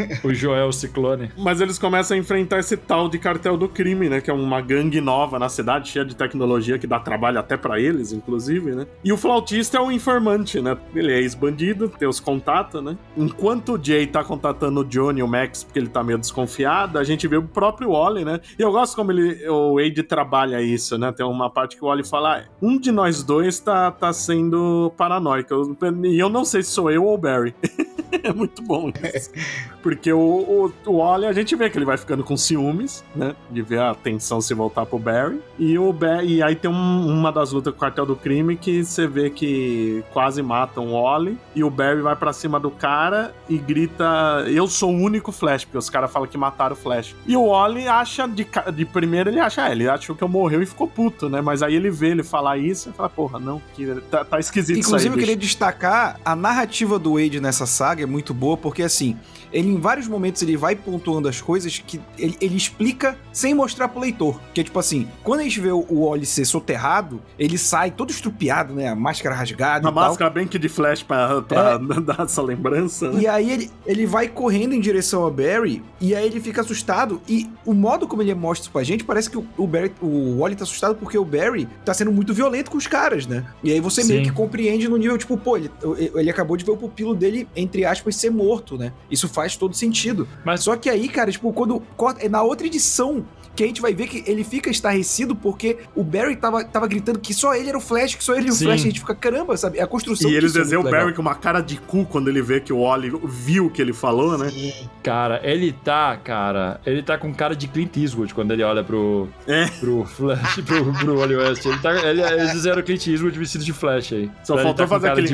O Joel Ciclone. Mas eles começam a enfrentar esse tal de cartel do crime, né? Que é uma gangue nova na cidade, cheia de tecnologia, que dá trabalho até pra eles, inclusive, né? E o flautista é um informante, né? Ele é ex-bandido, tem os contatos, né? Enquanto o Jay tá contatando o Johnny e o Max, porque ele tá meio desconfiado, a gente vê o próprio Wally, né? E eu gosto como o Wade trabalha isso, né? Tem uma parte que o Wally fala, um de nós dois tá sendo paranoico. E eu não sei se sou eu ou o Barry. É muito bom isso. Porque o Wally, a gente vê que ele vai ficando com ciúmes, né? De ver a atenção se voltar pro Barry. E aí tem uma das lutas com o cartel do crime que você vê que quase matam o Wally. E o Barry vai pra cima do cara e grita, eu sou o único Flash, porque os caras falam que mataram o Flash. E o Wally acha, de primeiro ele achou que eu morreu e ficou puto, né? Mas aí ele vê ele falar isso e fala, porra, não, que tá esquisito. Inclusive, isso aí, eu queria destacar a narrativa do Wade nessa saga é muito boa, porque assim, ele em vários momentos ele vai pontuando as coisas que ele explica sem mostrar pro leitor. Que é tipo assim, quando a gente vê o Wally ser soterrado, ele sai todo estrupiado, né? A máscara rasgada e tal. A máscara bem que de Flash pra dar essa lembrança, né? E aí ele vai correndo em direção a Barry, e aí ele fica assustado, e o modo como ele mostra isso pra gente, parece que o Wally tá assustado porque o Barry tá sendo muito violento com os caras, né? E aí você meio que compreende no nível, tipo, pô, ele acabou de ver o pupilo dele, entre aspas, ser morto, né? Isso faz todo sentido. Mas só que aí, cara, tipo, quando corta, na outra edição que a gente vai ver que ele fica estarrecido porque o Barry tava gritando que só ele era o Flash, que só ele era o Flash, e a gente fica, caramba, sabe? É a construção. E eles desenham o Barry com uma cara de cu quando ele vê que o Wally viu o que ele falou, né? Cara, ele tá com cara de Clint Eastwood quando ele olha pro Flash, pro Wally West. Eles fizeram Clint Eastwood vestido de Flash aí. Só faltou fazer aquele...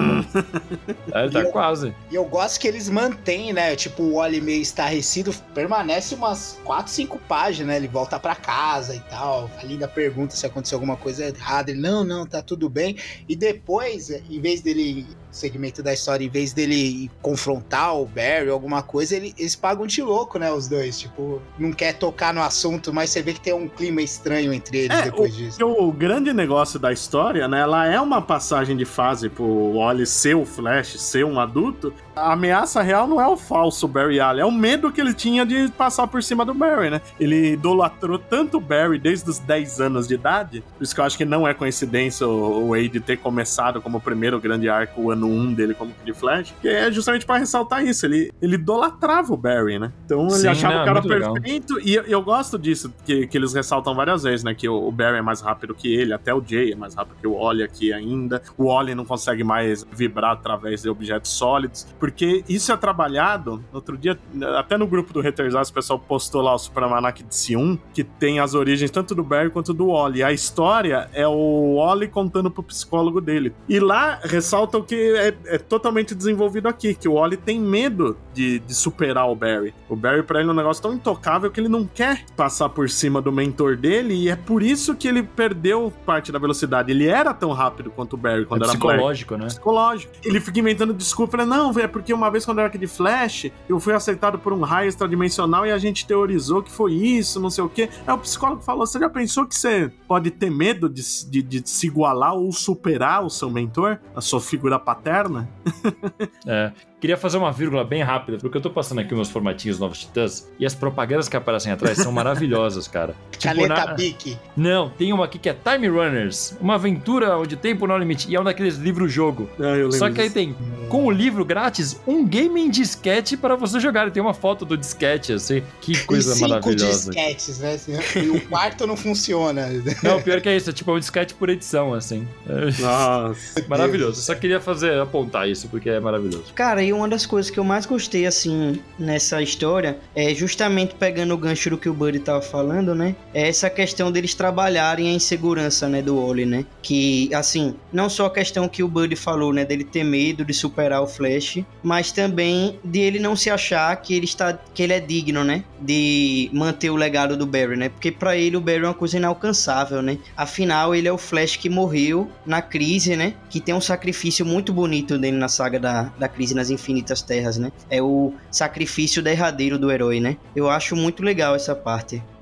Ele tá quase. E eu gosto que eles mantêm, né? Tipo, o Wally meio estarrecido, permanece umas 4, 5 páginas, né? Ele volta pra casa e tal. A Linda pergunta se aconteceu alguma coisa errada. Ele, não, tá tudo bem. E depois, em vez dele... segmento da história, em vez dele confrontar o Barry ou alguma coisa, eles pagam de louco, né, os dois, tipo, não quer tocar no assunto, mas você vê que tem um clima estranho entre eles depois disso. O grande negócio da história, né, ela é uma passagem de fase pro Wally ser o Flash, ser um adulto. A ameaça real não é o falso Barry Allen, é o medo que ele tinha de passar por cima do Barry, né? Ele idolatrou tanto o Barry desde os 10 anos de idade, por isso que eu acho que não é coincidência o Wade ter começado como o primeiro grande arco, o ano 1 dele como Kid Flash, que é justamente pra ressaltar isso, ele idolatrava o Barry, né? Então ele achava o cara perfeito, e eu gosto disso, que eles ressaltam várias vezes, né? Que o Barry é mais rápido que ele, até o Jay é mais rápido que o Wally aqui ainda, o Wally não consegue mais vibrar através de objetos sólidos, porque isso é trabalhado, outro dia, até no grupo do Reterzados, o pessoal postou lá o Super Almanac de C1, que tem as origens tanto do Barry quanto do Wally. A história é o Wally contando pro psicólogo dele. E lá ressaltam que é totalmente desenvolvido aqui, que o Wally tem medo de superar o Barry. O Barry, pra ele, é um negócio tão intocável que ele não quer passar por cima do mentor dele, e é por isso que ele perdeu parte da velocidade. Ele era tão rápido quanto o Barry quando era psicológico, né? Psicológico. Ele fica inventando desculpa, não, é porque uma vez quando eu era aqui de Flash, eu fui aceitado por um raio extradimensional e a gente teorizou que foi isso, não sei o quê. Aí o psicólogo falou, você já pensou que você pode ter medo de se igualar ou superar o seu mentor, a sua figura paterna? Queria fazer uma vírgula bem rápida, porque eu tô passando aqui meus formatinhos Novos Titãs e as propagandas que aparecem atrás são maravilhosas, cara. Caneta Bic. Não, tem uma aqui que é Time Runners, uma aventura onde tempo não é limite, e é um daqueles livros-jogo. Só que aí tem, com o livro grátis, um game em disquete para você jogar. E tem uma foto do disquete, assim, que coisa maravilhosa. 5 disquetes, né? E o quarto não funciona. Não, pior que é isso, é tipo um disquete por edição, assim. Nossa. Maravilhoso. Só queria apontar isso, porque é maravilhoso. Cara, e uma das coisas que eu mais gostei, assim, nessa história, é justamente pegando o gancho do que o Buddy tava falando, né? É essa questão deles trabalharem a insegurança, né, do Wally, né? Que, assim, não só a questão que o Buddy falou, né, dele ter medo de superar o Flash, mas também de ele não se achar que ele é digno, né? De manter o legado do Barry, né? Porque pra ele o Barry é uma coisa inalcançável, né? Afinal, ele é o Flash que morreu na crise, né? Que tem um sacrifício muito bonito dele na saga da crise nas Infinitas Terras, né? É o sacrifício derradeiro do herói, né? Eu acho muito legal essa parte.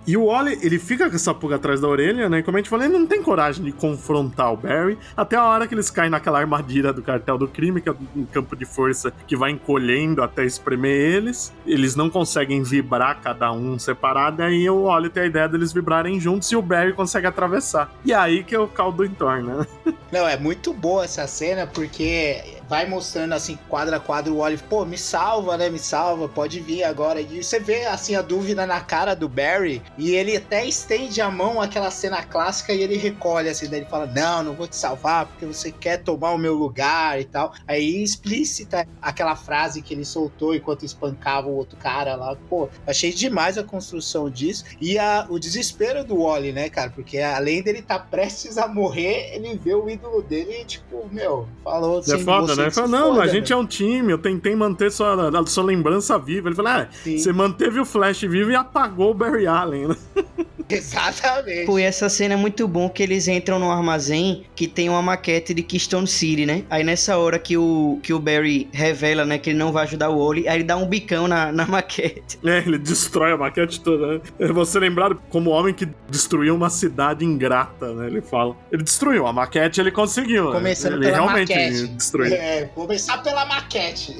E o Wally, ele fica com essa pulga atrás da orelha, né? E como a gente falou, ele não tem coragem de confrontar o Barry, até a hora que eles caem naquela armadilha do cartel do crime, que é um campo de força que vai encolhendo até espremer eles. Eles não conseguem vibrar cada um separado, e aí o Wally tem a ideia deles vibrarem juntos e o Barry consegue atravessar. E aí que é o caldo entorna, né? Não, é muito boa essa cena, porque vai mostrando assim, quadro a quadro, o Wally, pô, me salva, né, me salva, pode vir agora. E você vê, assim, a dúvida na cara do Barry, e ele até estende a mão, aquela cena clássica, e ele recolhe, assim, daí ele fala, não vou te salvar, porque você quer tomar o meu lugar e tal. Aí explícita aquela frase que ele soltou enquanto espancava o outro cara lá. Pô, achei demais a construção disso, e o desespero do Wally, né, cara, porque além dele tá prestes a morrer, ele vê o ídolo dele e, tipo, meu, falou assim, é foda, né? Ele fala, não, a gente é um time, eu tentei manter sua lembrança viva. Ele fala, você manteve o Flash vivo e apagou o Barry Allen, né? Exatamente. Pô, e essa cena é muito bom, que eles entram num armazém que tem uma maquete de Keystone City, né? Aí nessa hora que o Barry revela, né, que ele não vai ajudar o Wally, aí ele dá um bicão na maquete. Ele destrói a maquete toda, né? Você lembrado como o homem que destruiu uma cidade ingrata, né? Ele fala. Ele destruiu a maquete, ele conseguiu. Começando ele pela realmente maquete. Destruiu. Começar pela maquete.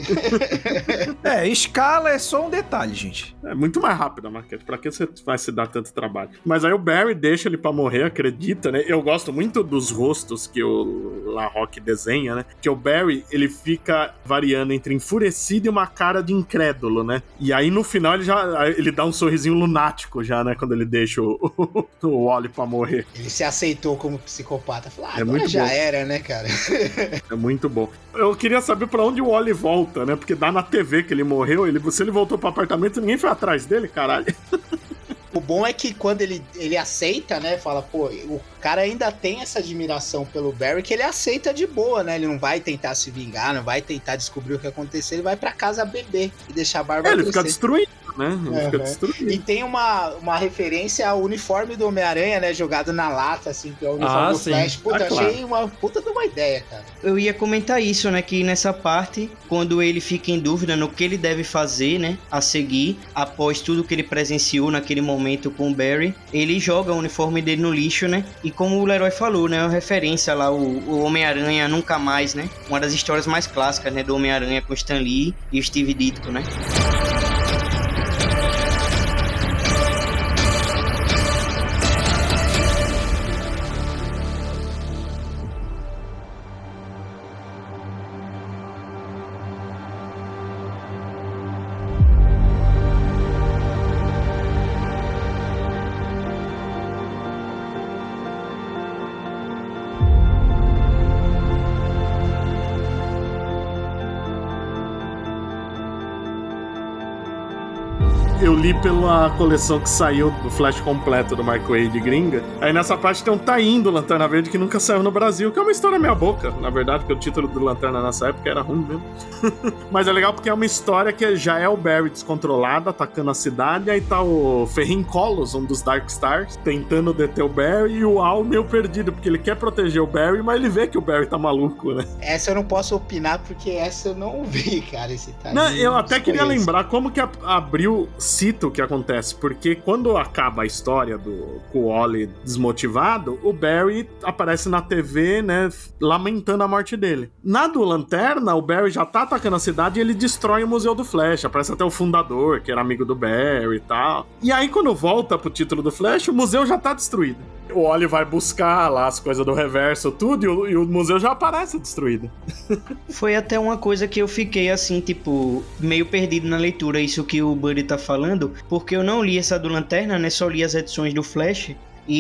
Escala é só um detalhe, gente. É muito mais rápido a maquete. Pra que você vai se dar tanto trabalho? Mas aí o Barry deixa ele pra morrer, acredita, né? Eu gosto muito dos rostos que o LaRocque desenha, né? Que o Barry, ele fica variando entre enfurecido e uma cara de incrédulo, né? E aí no final ele dá um sorrisinho lunático já, né? Quando ele deixa o Wally pra morrer. Ele se aceitou como psicopata. Falou, É agora muito já bom. era, né, cara? É muito bom. Eu queria saber pra onde o Wally volta, né? Porque dá na TV que ele morreu, se ele voltou pro apartamento, ninguém foi atrás dele, caralho. O bom é que quando ele aceita, né, fala, pô, o cara ainda tem essa admiração pelo Barry, que ele aceita de boa, né, ele não vai tentar se vingar, não vai tentar descobrir o que aconteceu, ele vai pra casa beber e deixar a barba Ele crescer. fica destruído, né, ele fica destruído. E tem uma referência ao uniforme do Homem-Aranha, né, jogado na lata, assim, que é o uniforme do sim. Flash. Puta, Claro. achei uma puta de uma ideia, cara. Eu ia comentar isso, né, que nessa parte, quando ele fica em dúvida no que ele deve fazer, né, a seguir, após tudo que ele presenciou naquele momento com o Barry, ele joga o uniforme dele no lixo, né, e como o Leroy falou, né, é uma referência lá, o Homem-Aranha Nunca Mais, né, uma das histórias mais clássicas, né, do Homem-Aranha com Stan Lee e o Steve Ditko, né. Eu li pela coleção que saiu do Flash completo do Mark Waid gringa. Aí nessa parte tem um tie-in do Lanterna Verde que nunca saiu no Brasil, que é uma história meia boca, na verdade, porque o título do Lanterna nessa época era ruim mesmo. Mas é legal porque é uma história que já é o Barry descontrolado, atacando a cidade, aí tá o Ferrin Kolos, um dos Dark Stars, tentando deter o Barry, e o Al meio perdido, porque ele quer proteger o Barry, mas ele vê que o Barry tá maluco, né? Essa eu não posso opinar, porque essa eu não vi, cara, esse time. Não, eu até queria desconheço. lembrar como que abriu cita o que acontece, porque quando acaba a história com o Wally desmotivado, o Barry aparece na TV, né, lamentando a morte dele. Na do Lanterna, o Barry já tá atacando a cidade e ele destrói o Museu do Flash, aparece até o fundador, que era amigo do Barry e tal. E aí quando volta pro título do Flash, o museu já tá destruído. O Wally vai buscar lá as coisas do reverso, tudo, e o museu já aparece destruído. Foi até uma coisa que eu fiquei assim, tipo, meio perdido na leitura, isso que o Buddy tá falando, porque eu não li essa do Lanterna, né, só li as edições do Flash.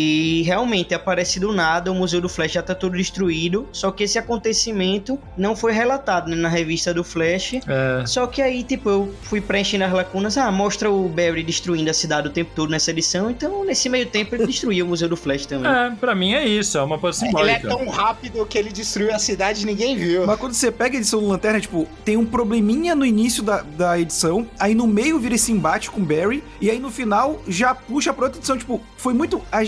E realmente aparece do nada, o Museu do Flash já tá todo destruído, só que esse acontecimento não foi relatado, né, na revista do Flash. Só que aí, tipo, eu fui preenchendo as lacunas, mostra o Barry destruindo a cidade o tempo todo nessa edição, então nesse meio tempo ele destruiu o Museu do Flash também. Pra mim é isso, é uma coisa Ele simbólica. é tão rápido que ele destruiu a cidade e ninguém viu. Mas quando você pega a edição do Lanterna, tipo, tem um probleminha no início da edição, aí no meio vira esse embate com o Barry, e aí no final já puxa pra outra edição, tipo, foi muito... A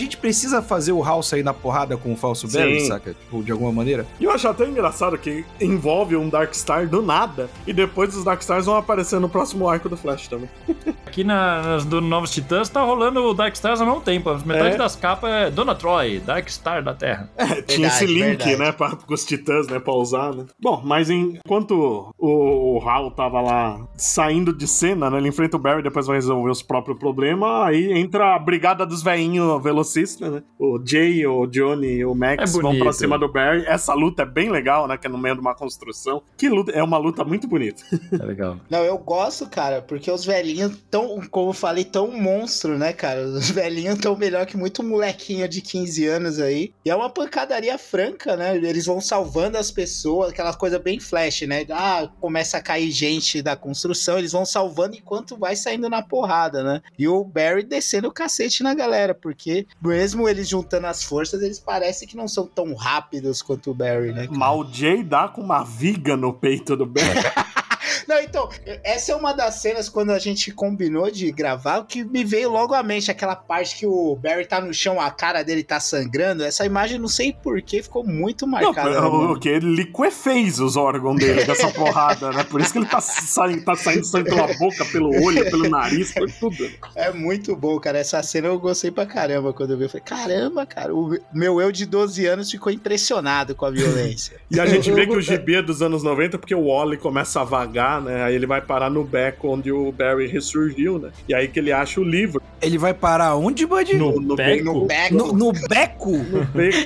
gente precisa fazer o Hal sair na porrada com o falso Barry, Sim. saca? Tipo, de alguma maneira. E eu acho até engraçado que envolve um Darkstar do nada, e depois os Darkstars vão aparecer no próximo arco do Flash também. Aqui do Novos Titãs tá rolando o Darkstars ao mesmo tempo. Metade É. das capas é Donna Troy, Darkstar da Terra. Tinha esse link, verdade. né, com os titãs, né, pra usar, né. Bom, mas enquanto o Hal tava lá saindo de cena, né, ele enfrenta o Barry, depois vai resolver os próprios problemas, aí entra a brigada dos velhinhos velocistas, né, o Jay, o Johnny e o Max É vão pra bonito. cima do Barry. Essa luta é bem legal, né, que é no meio de uma construção. Que luta, é uma luta muito bonita. É legal. Não, eu gosto, cara, porque os velhinhos tão, como eu falei, tão monstro, né, cara? Os velhinhos tão melhor que muito molequinho de 15 anos aí. E é uma pancadaria franca, né? Eles vão salvando as pessoas, aquela coisa bem Flash, né? Ah, começa a cair gente da construção, eles vão salvando enquanto vai saindo na porrada, né? E o Barry descendo o cacete na galera, porque mesmo eles juntando as forças, eles parecem que não são tão rápidos quanto o Barry, né, cara? Mas o Jay dá com uma viga no peito do Barry. Não, então, essa é uma das cenas quando a gente combinou de gravar, que me veio logo à mente, aquela parte que o Barry tá no chão, a cara dele tá sangrando. Essa imagem, não sei porquê, ficou muito marcada. na Não, minha o que? Ele liquefez os órgãos dele dessa porrada, né? Por isso que ele tá saindo sangue pela boca, pelo olho, pelo nariz, por tudo. É muito bom, cara. Essa cena eu gostei pra caramba quando eu vi. Eu falei, caramba, cara, o meu eu de 12 anos ficou impressionado com a violência. E a gente vê que o gibi é dos anos 90 porque o Wally começa a vagar, né? Aí ele vai parar no beco onde o Barry ressurgiu, né? E aí que ele acha o livro. Ele vai parar onde, Bud? No beco? No beco. No beco? No beco.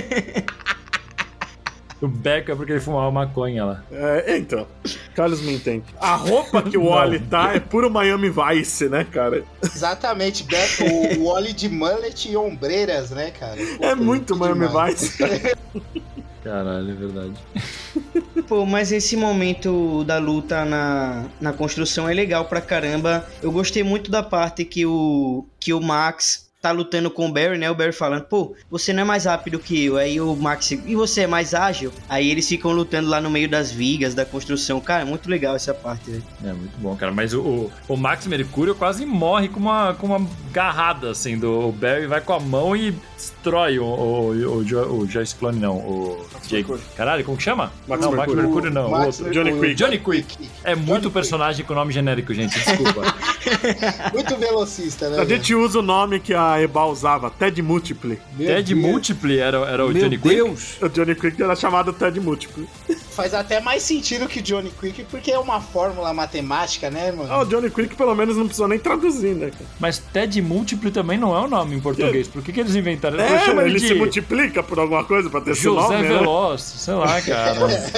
O Beco é porque ele fumava maconha lá. Então, Carlos me entende. A roupa que o Wally tá é puro Miami Vice, né, cara? Exatamente, beco, o Wally de mullet e ombreiras, né, cara? Puta, É muito que Miami demais. Vice. Caralho, é verdade. Pô, mas esse momento da luta na construção é legal pra caramba. Eu gostei muito da parte que o Max tá lutando com o Barry, né? O Barry falando, pô, você não é mais rápido que eu. Aí o Max, e você é mais ágil? Aí eles ficam lutando lá no meio das vigas da construção. Cara, é muito legal essa parte, velho. É muito bom, cara. Mas o Max Mercúrio quase morre com uma garrada, assim, do Barry. Vai com a mão e destrói o Joyce Clone, não. O Jake. Caralho, como que chama? Max Não, Mercúrio. Max Mercúrio não. Max Outro. Johnny Quick. Johnny Quick. É muito personagem com nome genérico, gente. Desculpa. Muito velocista, né? A gente usa o nome que a Eba usava, Ted Multiple. Meu Ted Deus. Multiple era o Meu Johnny Quick? Deus! O Johnny Quick era chamado Ted Multiple. Faz até mais sentido que Johnny Quick, porque é uma fórmula matemática, né, mano? Ah, o Johnny Quick pelo menos não precisou nem traduzir, né, cara? Mas Ted Múltiplo também não é o nome em português. Por que eles inventaram? Eu chamo Ele de se multiplica por alguma coisa pra ter esse José nome, né? Veloz. Sei lá, cara.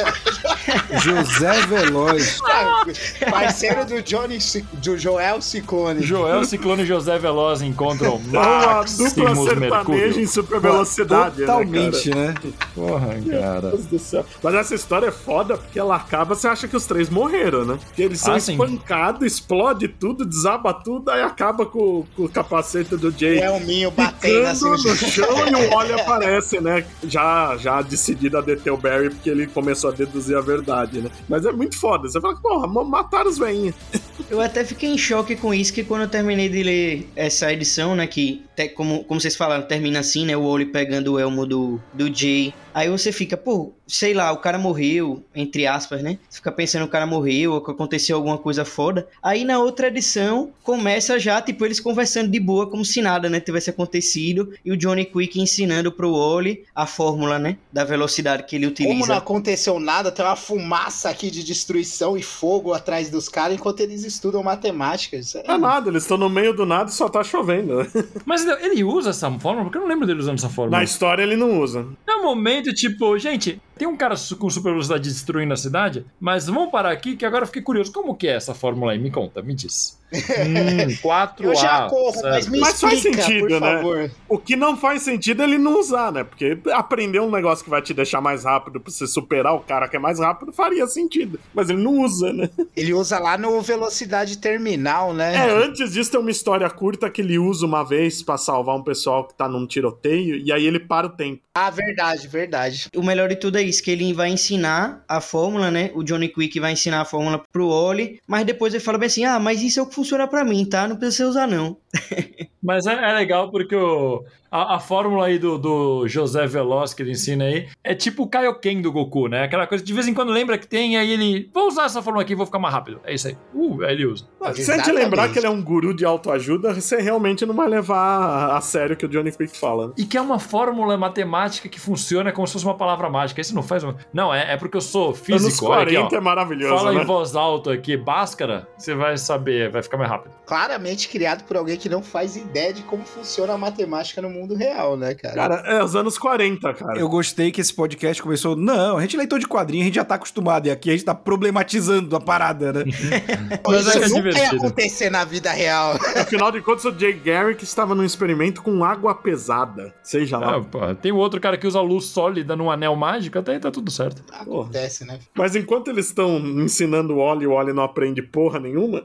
José Veloz. Parceiro do Joel Ciclone. Joel Ciclone e José Veloz encontram É uma Maximus dupla sertaneja Mercúrio. em super velocidade, Totalmente, né? Porra, cara. Meu Deus do céu. Mas essa história é foda porque ela acaba, você acha que os três morreram, né? Porque eles são Sim. espancados, explode tudo, desaba tudo, aí acaba com o capacete do Jay O Elminho batendo assim ficando no chão e o Wally aparece, né? Já decidido a deter o Barry porque ele começou a deduzir a verdade, né? Mas é muito foda. Você fala, porra, mataram os velhinhos. Eu até fiquei em choque com isso, que quando eu terminei de ler essa edição, né, que, como vocês falaram, termina assim, né, o Wally pegando o elmo do Jay. Aí você fica, pô, sei lá, o cara morreu, entre aspas, né? Você fica pensando, o cara morreu, ou que aconteceu alguma coisa foda. Aí na outra edição, começa já, tipo, eles conversando de boa, como se nada, né, tivesse acontecido. E o Johnny Quick ensinando pro Wally a fórmula, né, da velocidade que ele utiliza. Como não aconteceu nada, tem uma fumaça aqui de destruição e fogo atrás dos caras enquanto eles estudam matemática. Isso É nada, eles estão no meio do nada e só tá chovendo. Né? Mas ele usa essa fórmula? Porque eu não lembro dele usando essa fórmula. Na história ele não usa. É um momento, tipo, gente, tem um cara com super velocidade destruindo a cidade, mas vamos parar aqui que agora eu fiquei curioso. Como que é essa fórmula aí? Me conta, me diz. 4A. Eu já corro, mas me Mas faz explica, sentido, por né? favor. O que não faz sentido é ele não usar, né? Porque aprender um negócio que vai te deixar mais rápido pra você superar o cara que é mais rápido faria sentido. Mas ele não usa, né? Ele usa lá no velocidade terminal, né? Antes disso tem uma história curta que ele usa uma vez pra salvar um pessoal que tá num tiroteio e aí ele para o tempo. Ah, verdade, verdade. O melhor de tudo é isso, que ele vai ensinar a fórmula, né? O Johnny Quick vai ensinar a fórmula pro Wally, mas depois ele fala bem assim, mas isso é o que funciona pra mim, tá? Não precisa você usar, não. Mas é legal porque A fórmula aí do José Veloz que ele ensina aí é tipo o Kaioken do Goku, né? Aquela coisa de vez em quando lembra que tem, aí ele... Vou usar essa fórmula aqui e vou ficar mais rápido. É isso aí. Aí ele usa. Se a gente lembrar que ele é um guru de autoajuda, você realmente não vai levar a sério o que o Johnny Quick fala. Né? E que é uma fórmula matemática que funciona como se fosse uma palavra mágica. Isso não faz... Não, é porque eu sou físico. Anos 40 olha aqui, ó. é maravilhoso, Fala né? em voz alta aqui, Bhaskara, você vai saber, vai ficar mais rápido. Claramente criado por alguém que não faz ideia de como funciona a matemática no mundo real, né, cara? Cara, é os anos 40, cara. Eu gostei que esse podcast começou... Não, a gente é leitor de quadrinhos, a gente já tá acostumado. E aqui a gente tá problematizando a parada, né? Mas Isso é nunca ia divertido. acontecer na vida real. Afinal de contas, o Jay Garrick estava num experimento com água pesada. Seja lá. Ah, pô, tem o outro cara que usa luz sólida num anel mágico, até aí tá tudo certo. Acontece, né? Mas enquanto eles estão ensinando o Wally não aprende porra nenhuma...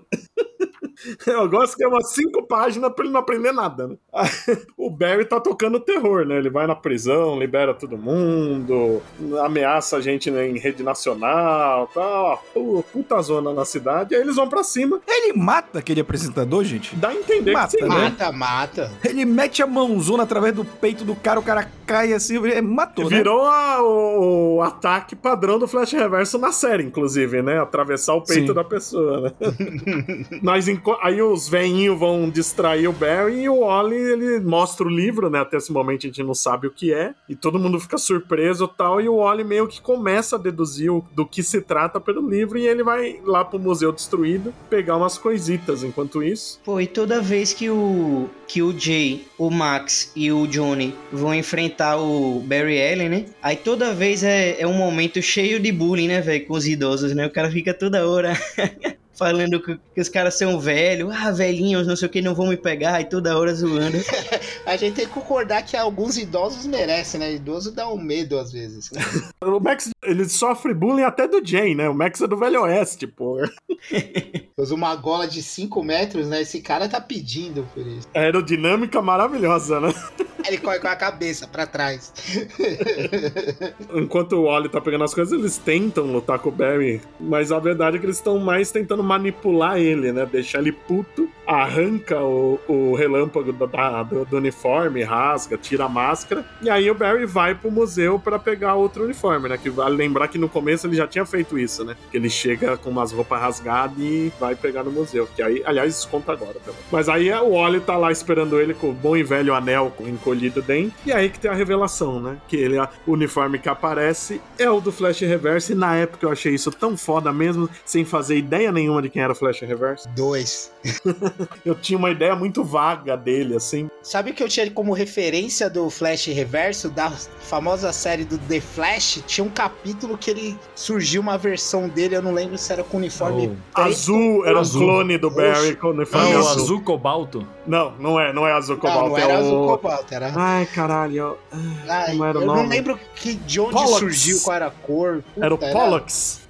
Eu gosto que é umas 5 páginas pra ele não aprender nada, né? O Barry tá tocando terror, né? Ele vai na prisão, libera todo mundo, ameaça a gente em rede nacional, tá? Puta zona na cidade, aí eles vão pra cima. Ele mata aquele apresentador, gente? Dá a entender Mata, que sim, né? Mata. Ele mete a mãozona através do peito do cara, o cara cai assim, matou, né? Virou o ataque padrão do Flash Reverso na série, inclusive, né? Atravessar o peito Sim. da pessoa, né? Aí os veinhos vão distrair o Barry e o Wally, ele mostra o livro, né? Até esse momento a gente não sabe o que é. E todo mundo fica surpreso e tal. E o Wally meio que começa a deduzir do que se trata pelo livro. E ele vai lá pro Museu Destruído pegar umas coisitas enquanto isso. Pô, e toda vez que o Jay, o Max e o Johnny vão enfrentar o Barry Allen, né? Aí toda vez é um momento cheio de bullying, né, velho? Com os idosos, né? O cara fica toda hora... falando que os caras são velhos, velhinhos, não sei o que, não vão me pegar, e toda hora zoando. A gente tem que concordar que alguns idosos merecem, né? Idoso dá um medo às vezes. O Max, ele sofre bullying até do Jay, né? O Max é do Velho Oeste, pô. Usa uma gola de 5 metros, né? Esse cara tá pedindo por isso. Aerodinâmica maravilhosa, né? Ele corre com a cabeça pra trás. Enquanto o Wally tá pegando as coisas, eles tentam lutar com o Barry, mas a verdade é que eles estão mais tentando manipular ele, né? Deixar ele puto, arranca o relâmpago do uniforme, rasga, tira a máscara, e aí o Barry vai pro museu pra pegar outro uniforme, né? Que vale lembrar que no começo ele já tinha feito isso, né? Que ele chega com umas roupas rasgadas e vai pegar no museu. Que aí, aliás, isso conta agora também. Mas aí o Wally tá lá esperando ele com o bom e velho anel encolhido dentro, e aí que tem a revelação, né? Que o uniforme que aparece é o do Flash Reverse, e na época eu achei isso tão foda mesmo, sem fazer ideia nenhuma de quem era o Flash Reverse. 2. Eu tinha uma ideia muito vaga dele, assim. Sabe o que eu tinha como referência do Flash Reverso? Da famosa série do The Flash, tinha um capítulo que ele surgiu uma versão dele, eu não lembro se era com uniforme preto. Azul, era um clone do Barry com uniforme Não, o azul. azul cobalto? Não é azul cobalto. Não era azul cobalto, era... Ai, caralho. Como era o eu nome? não lembro de onde Pollux. surgiu, qual era a cor. Puta, Era o Pollux.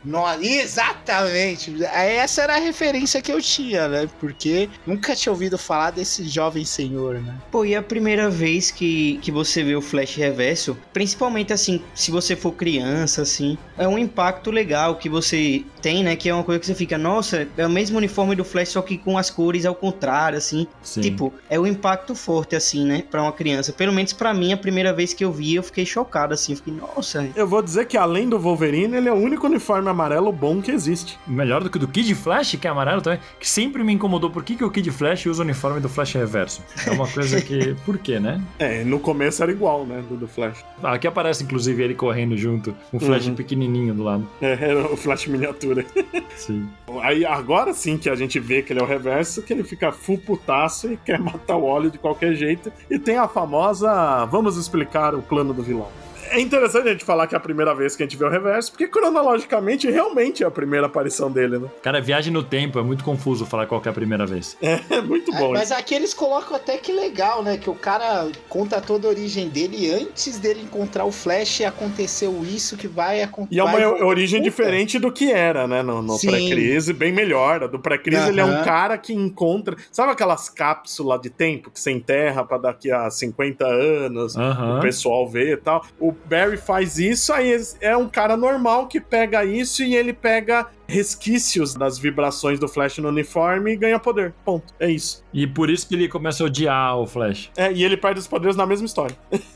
Exatamente. Essa era a referência que eu tinha, né? Porque nunca tinha ouvido falar desse jovem senhor, né? Pô, e a primeira vez que você vê o Flash Reverso, principalmente assim, se você for criança, assim, é um impacto legal que você tem, né? Que é uma coisa que você fica, nossa, é o mesmo uniforme do Flash, só que com as cores ao contrário, assim. Sim. Tipo, é um impacto forte, assim, né? Pra uma criança. Pelo menos pra mim, a primeira vez que eu vi, eu fiquei chocado, assim. Eu fiquei, nossa. Eu vou dizer que além do Wolverine, ele é o único uniforme amarelo bom que existe. Melhor do que o do Kid Flash, que é amarelo também, que sempre me incomodou. Por que o Kid Flash usa o uniforme do Flash Reverso? É uma coisa que... Por quê, né? No começo era igual, né, do Flash. Aqui aparece, inclusive, ele correndo junto, com o Flash pequenininho do lado. Era o Flash miniatura. Sim. Aí agora sim que a gente vê que ele é o Reverso, que ele fica full putaço e quer matar o Wally de qualquer jeito. E tem a famosa... Vamos explicar o plano do vilão. É interessante a gente falar que é a primeira vez que a gente vê o Reverso, porque cronologicamente realmente é a primeira aparição dele, né? Cara, viagem no tempo, é muito confuso falar qual que é a primeira vez. É muito bom. Mas aqui eles colocam até que legal, né? Que o cara conta toda a origem dele e antes dele encontrar o Flash aconteceu isso que vai acontecer. E é uma origem diferente do que era, né? No pré-crise, bem melhor. A do pré-crise ele é um cara que encontra... Sabe aquelas cápsulas de tempo que você enterra pra daqui a 50 anos, o pessoal vê e tal? O Barry faz isso, aí é um cara normal que pega isso e ele pega resquícios das vibrações do Flash no uniforme e ganha poder. Ponto. É isso. E por isso que ele começa a odiar o Flash. E ele perde os poderes na mesma história.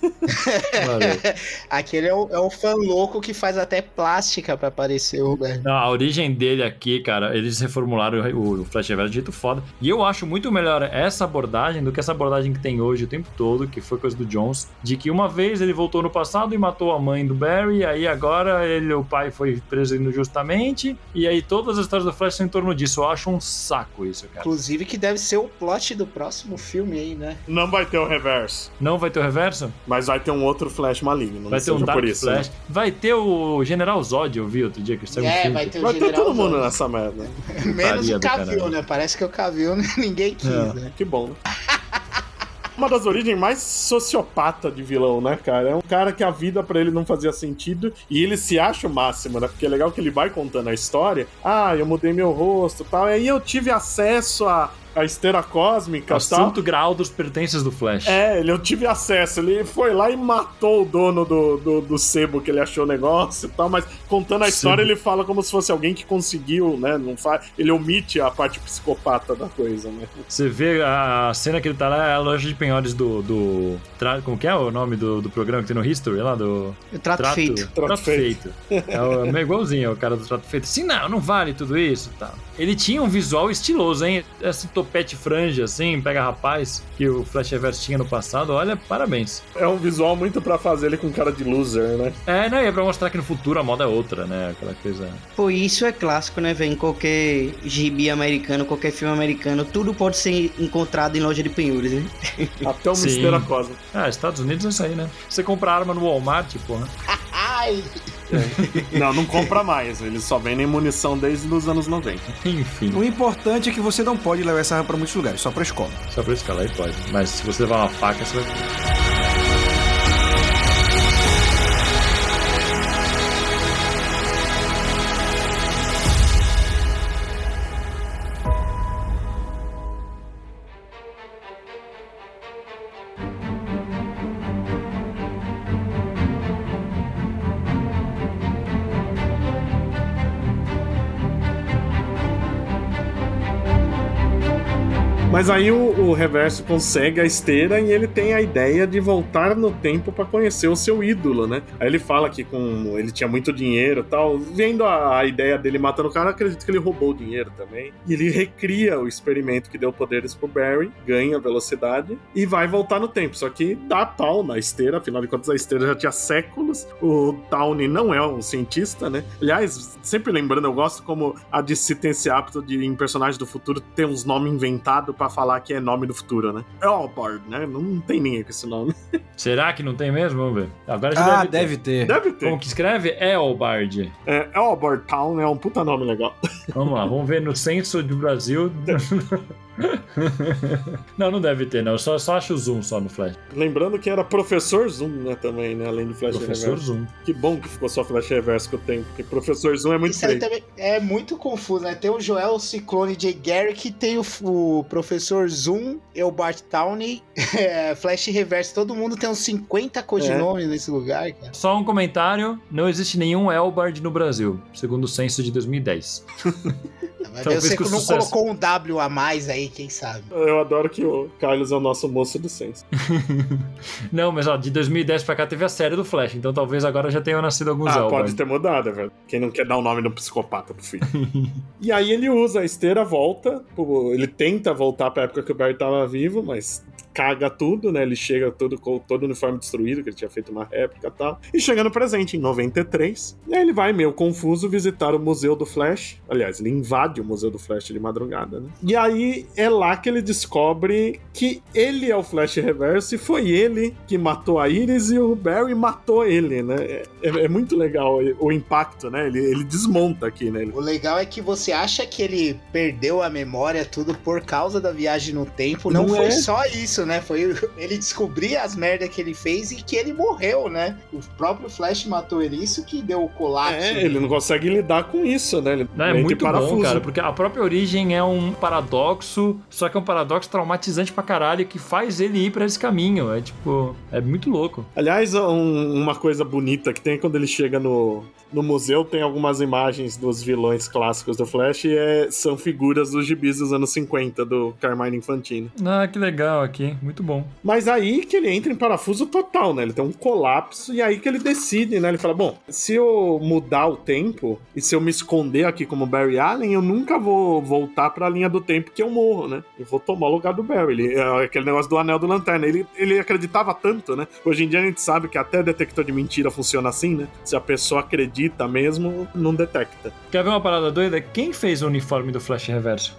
Aquele é o fã louco que faz até plástica pra aparecer o Barry. Não, a origem dele aqui, cara, eles reformularam o Flash Reverso de jeito foda. E eu acho muito melhor essa abordagem do que essa abordagem que tem hoje o tempo todo, que foi coisa do Jones, de que uma vez ele voltou no passado e matou a mãe do Barry, e aí agora o pai foi preso injustamente, e aí todas as histórias do Flash são em torno disso. Eu acho um saco isso, cara. Inclusive que deve ser o plot do próximo filme aí, né? Não vai ter o reverso. Não vai ter o reverso? Mas vai ter um outro Flash maligno. Vai ter um Dark Flash. Né? Vai ter o General Zod, eu vi outro dia que saiu um filme. Vai ter o vai General ter todo mundo Zod. nessa merda. Menos o Cavill, né? Parece que o Cavill ninguém quis, né? Que bom, né? Uma das origens mais sociopata de vilão, né, cara? É um cara que a vida pra ele não fazia sentido e ele se acha o máximo, né? Porque é legal que ele vai contando a história. Eu mudei meu rosto e tal. E aí eu tive acesso a esteira cósmica e tal. Assunto grau dos pertences do Flash. Eu tive acesso. Ele foi lá e matou o dono do sebo que ele achou o negócio e tal, mas contando a história ele fala como se fosse alguém que conseguiu, né? Ele omite a parte psicopata da coisa, né? Você vê a cena que ele tá lá, é a loja de penhores como que é o nome do programa que tem no History lá? Trato Feito. Trato Feito. É igualzinho o cara do Trato Feito. Assim, não vale tudo isso e tal. Ele tinha um visual estiloso, hein? Esse topete franja, assim, pega rapaz, que o Flash Reverso tinha no passado. Olha, parabéns. É um visual muito pra fazer ele com cara de loser, né? E é pra mostrar que no futuro a moda é outra, né? Aquela coisa... Pô, isso é clássico, né, velho? Em qualquer gibi americano, qualquer filme americano, tudo pode ser encontrado em loja de penhores, né? Até o Esteira Cósmica. Estados Unidos é isso aí, né? Você compra arma no Walmart, porra. Ai! Não compra mais. Eles só vendem munição desde os anos 90. Enfim. O importante é que você não pode levar essa arma pra muitos lugares, só pra escola. Só pra escola aí pode. Mas se você levar uma faca, você vai... Mas aí o Reverso consegue a esteira e ele tem a ideia de voltar no tempo pra conhecer o seu ídolo, né? Aí ele fala que ele tinha muito dinheiro e tal. Vendo a ideia dele matando o cara, acredito que ele roubou o dinheiro também. E ele recria o experimento que deu poderes pro Barry, ganha velocidade e vai voltar no tempo. Só que dá pau na esteira, afinal de contas a esteira já tinha séculos. O Downey não é um cientista, né? Aliás, sempre lembrando, eu gosto como a DC tem esse hábito de, em personagens do futuro, ter uns nomes inventados pra falar que é nome do futuro, né? Eobard, né? Não tem ninguém com esse nome. Será que não tem mesmo? Vamos ver. Agora já deve ter. Deve ter. Como que escreve? Eobard. Eobard Town é um puta nome legal. Vamos lá, vamos ver no censo do Brasil. Não deve ter, não. Eu só acho o Zoom só no Flash. Lembrando que era Professor Zoom, né, também, né? Além do Flash Professor Reverso. Zoom. Que bom que ficou só Flash Reverso que eu tenho, porque Professor Zoom é muito Isso aí feio. também é muito confuso, né? Tem o Joel Ciclone J. Garrick, tem o Professor Zoom, Eobard Downey, Flash Reverso. Todo mundo tem uns 50 codinomes nesse lugar, cara. Só um comentário: não existe nenhum Eobard no Brasil, segundo o censo de 2010. Mas você não colocou um W a mais aí, quem sabe? Eu adoro que o Carlos é o nosso moço do senso. Não, mas de 2010 pra cá teve a série do Flash, então talvez agora já tenham nascido alguns Eobard. Pode ter mudado, velho. Quem não quer dar o nome de um psicopata pro filho. E aí ele usa a esteira, volta, ele tenta voltar pra época que o Barry tava vivo, mas caga tudo, né? Ele chega com todo o uniforme destruído, que ele tinha feito uma réplica e tal. E chega no presente, em 93. E aí ele vai, meio confuso, visitar o Museu do Flash. Aliás, ele invade o Museu do Flash de madrugada, né? E aí é lá que ele descobre que ele é o Flash Reverso e foi ele que matou a Iris e o Barry matou ele, né? É muito legal o impacto, né? Ele desmonta aqui, né? O legal é que você acha que ele perdeu a memória tudo por causa da viagem no tempo. Não foi só isso. isso, né? Foi ele descobrir as merdas que ele fez e que ele morreu, né? O próprio Flash matou ele, isso que deu o colapso. Ele não consegue lidar com isso, né? Ele É muito bom, cara, porque a própria origem é um paradoxo, só que é um paradoxo traumatizante pra caralho que faz ele ir pra esse caminho. É tipo, é muito louco. Aliás, uma coisa bonita que tem quando ele chega no museu, tem algumas imagens dos vilões clássicos do Flash e são figuras dos gibis dos anos 50, do Carmine Infantino. Ah, que legal aqui, muito bom. Mas aí que ele entra em parafuso total, né? Ele tem um colapso e aí que ele decide, né? Ele fala, bom, se eu mudar o tempo e se eu me esconder aqui como Barry Allen, eu nunca vou voltar pra linha do tempo que eu morro, né? Eu vou tomar o lugar do Barry. Aquele negócio do anel do lanterna. Ele acreditava tanto, né? Hoje em dia a gente sabe que até detector de mentira funciona assim, né? Se a pessoa acredita mesmo, não detecta. Quer ver uma parada doida? Quem fez o uniforme do Flash Reverso?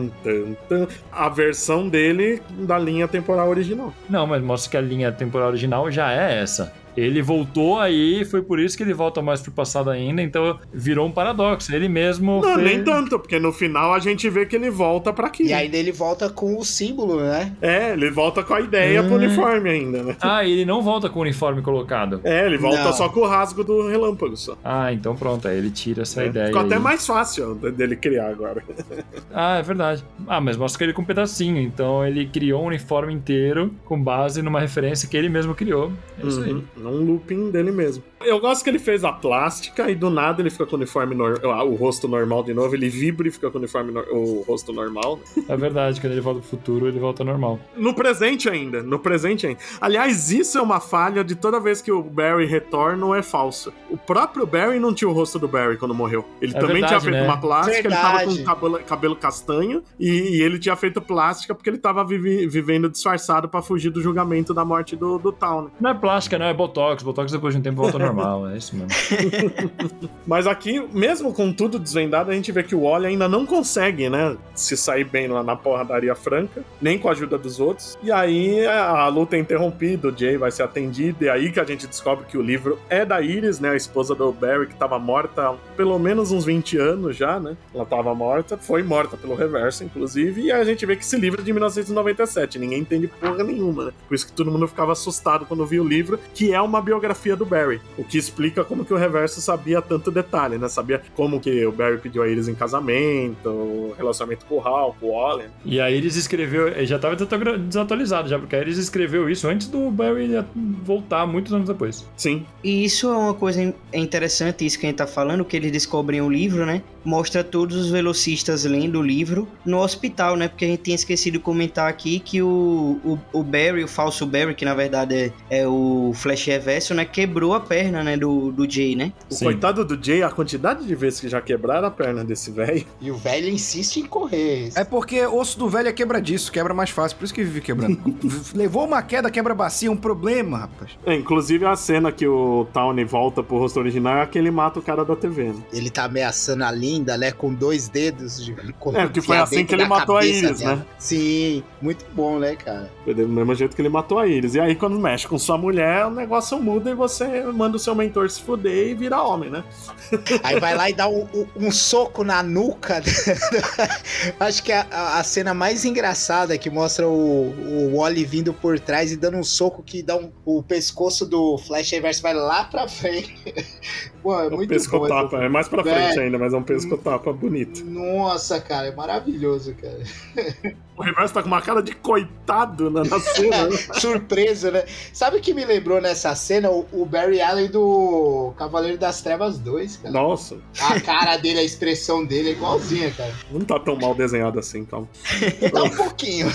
A versão dele da linha temporal original. Não, mas mostra que a linha temporal original já é essa. Ele voltou aí, foi por isso que ele volta mais pro passado ainda, então virou um paradoxo. Ele mesmo Não, fez... nem tanto, porque no final a gente vê que ele volta pra aqui. E ainda ele volta com o símbolo, né? Ele volta com a ideia pro uniforme ainda, né? Ah, ele não volta com o uniforme colocado. Ele volta Não. só com o rasgo do relâmpago só. Ah, então pronto, aí ele tira essa ideia. Ficou aí. até mais fácil dele criar agora. Ah, é verdade. Ah, mas mostra que ele com um pedacinho, então ele criou um uniforme inteiro com base numa referência que ele mesmo criou. É isso aí. Num looping dele mesmo. Eu gosto que ele fez a plástica e do nada ele fica com o uniforme o rosto normal de novo, ele vibra e fica com o uniforme o rosto normal. É verdade, quando ele volta pro futuro, ele volta normal. No presente ainda. Aliás, isso é uma falha de toda vez que o Barry retorna ou é falso. O próprio Barry não tinha o rosto do Barry quando morreu. Ele também verdade, tinha feito né? uma plástica, Verdade. ele tava com cabelo castanho e ele tinha feito plástica porque ele tava vivendo disfarçado pra fugir do julgamento da morte do Town. Não é plástica, não, é Botox. Botox depois de um tempo volta normal, é isso mesmo. Mas aqui, mesmo com tudo desvendado, a gente vê que o Wally ainda não consegue, né, se sair bem na porradaria franca, nem com a ajuda dos outros. E aí a luta é interrompida, o Jay vai ser atendido, e aí que a gente descobre que o livro é da Iris, né, a esposa do Barry, que tava morta há pelo menos uns 20 anos já, né? Ela tava morta, foi morta pelo reverso, inclusive, e a gente vê que esse livro é de 1997, ninguém entende porra nenhuma, né? Por isso que todo mundo ficava assustado quando viu o livro, que é uma biografia do Barry, o que explica como que o reverso sabia tanto detalhe, né? Sabia como que o Barry pediu a Iris em casamento, o relacionamento com o Hal, com o Wally. E a Iris escreveu, já tava desatualizado já, porque a Iris escreveu isso antes do Barry voltar, muitos anos depois. Sim. E isso é uma coisa interessante, isso que a gente tá falando, que eles descobrem o livro, né? Mostra todos os velocistas lendo o livro no hospital, né? Porque a gente tinha esquecido de comentar aqui que o Barry, o falso Barry, que na verdade é o Flash Reverso, né? Quebrou a perna, né? Do Jay, né? O coitado do Jay, a quantidade de vezes que já quebraram a perna desse velho. E o velho insiste em correr. É porque osso do velho é quebradiço, quebra mais fácil, por isso que vive quebrando. Levou uma queda, quebra bacia, um problema, rapaz. Inclusive a cena que o Tawny volta pro rosto original é que ele mata o cara da TV, né? Ele tá ameaçando a Linda, né? Com 2 dedos. Porque foi assim que ele matou a Iris, dela. né? Sim, muito bom, né, cara? Foi do mesmo jeito que ele matou a Iris. E aí, quando mexe com sua mulher, o negócio muda e você manda o seu mentor se fuder e vira homem, né? Aí vai lá e dá um soco na nuca. Acho que é a cena mais engraçada que mostra o Wally vindo por trás e dando um soco que dá o pescoço do Flash Reverso vai lá pra frente. Pô, é muito pesco-tapa, bom. é mais pra frente ainda, mas é um pesco-tapa bonito. Nossa, cara, é maravilhoso, cara. O Reverso tá com uma cara de coitado na cena. Surpresa, né? Sabe o que me lembrou nessa cena? O Barry Allen do Cavaleiro das Trevas 2, cara. Nossa. A cara dele, a expressão dele é igualzinha, cara. Não tá tão mal desenhado assim, calma. Tá um pouquinho.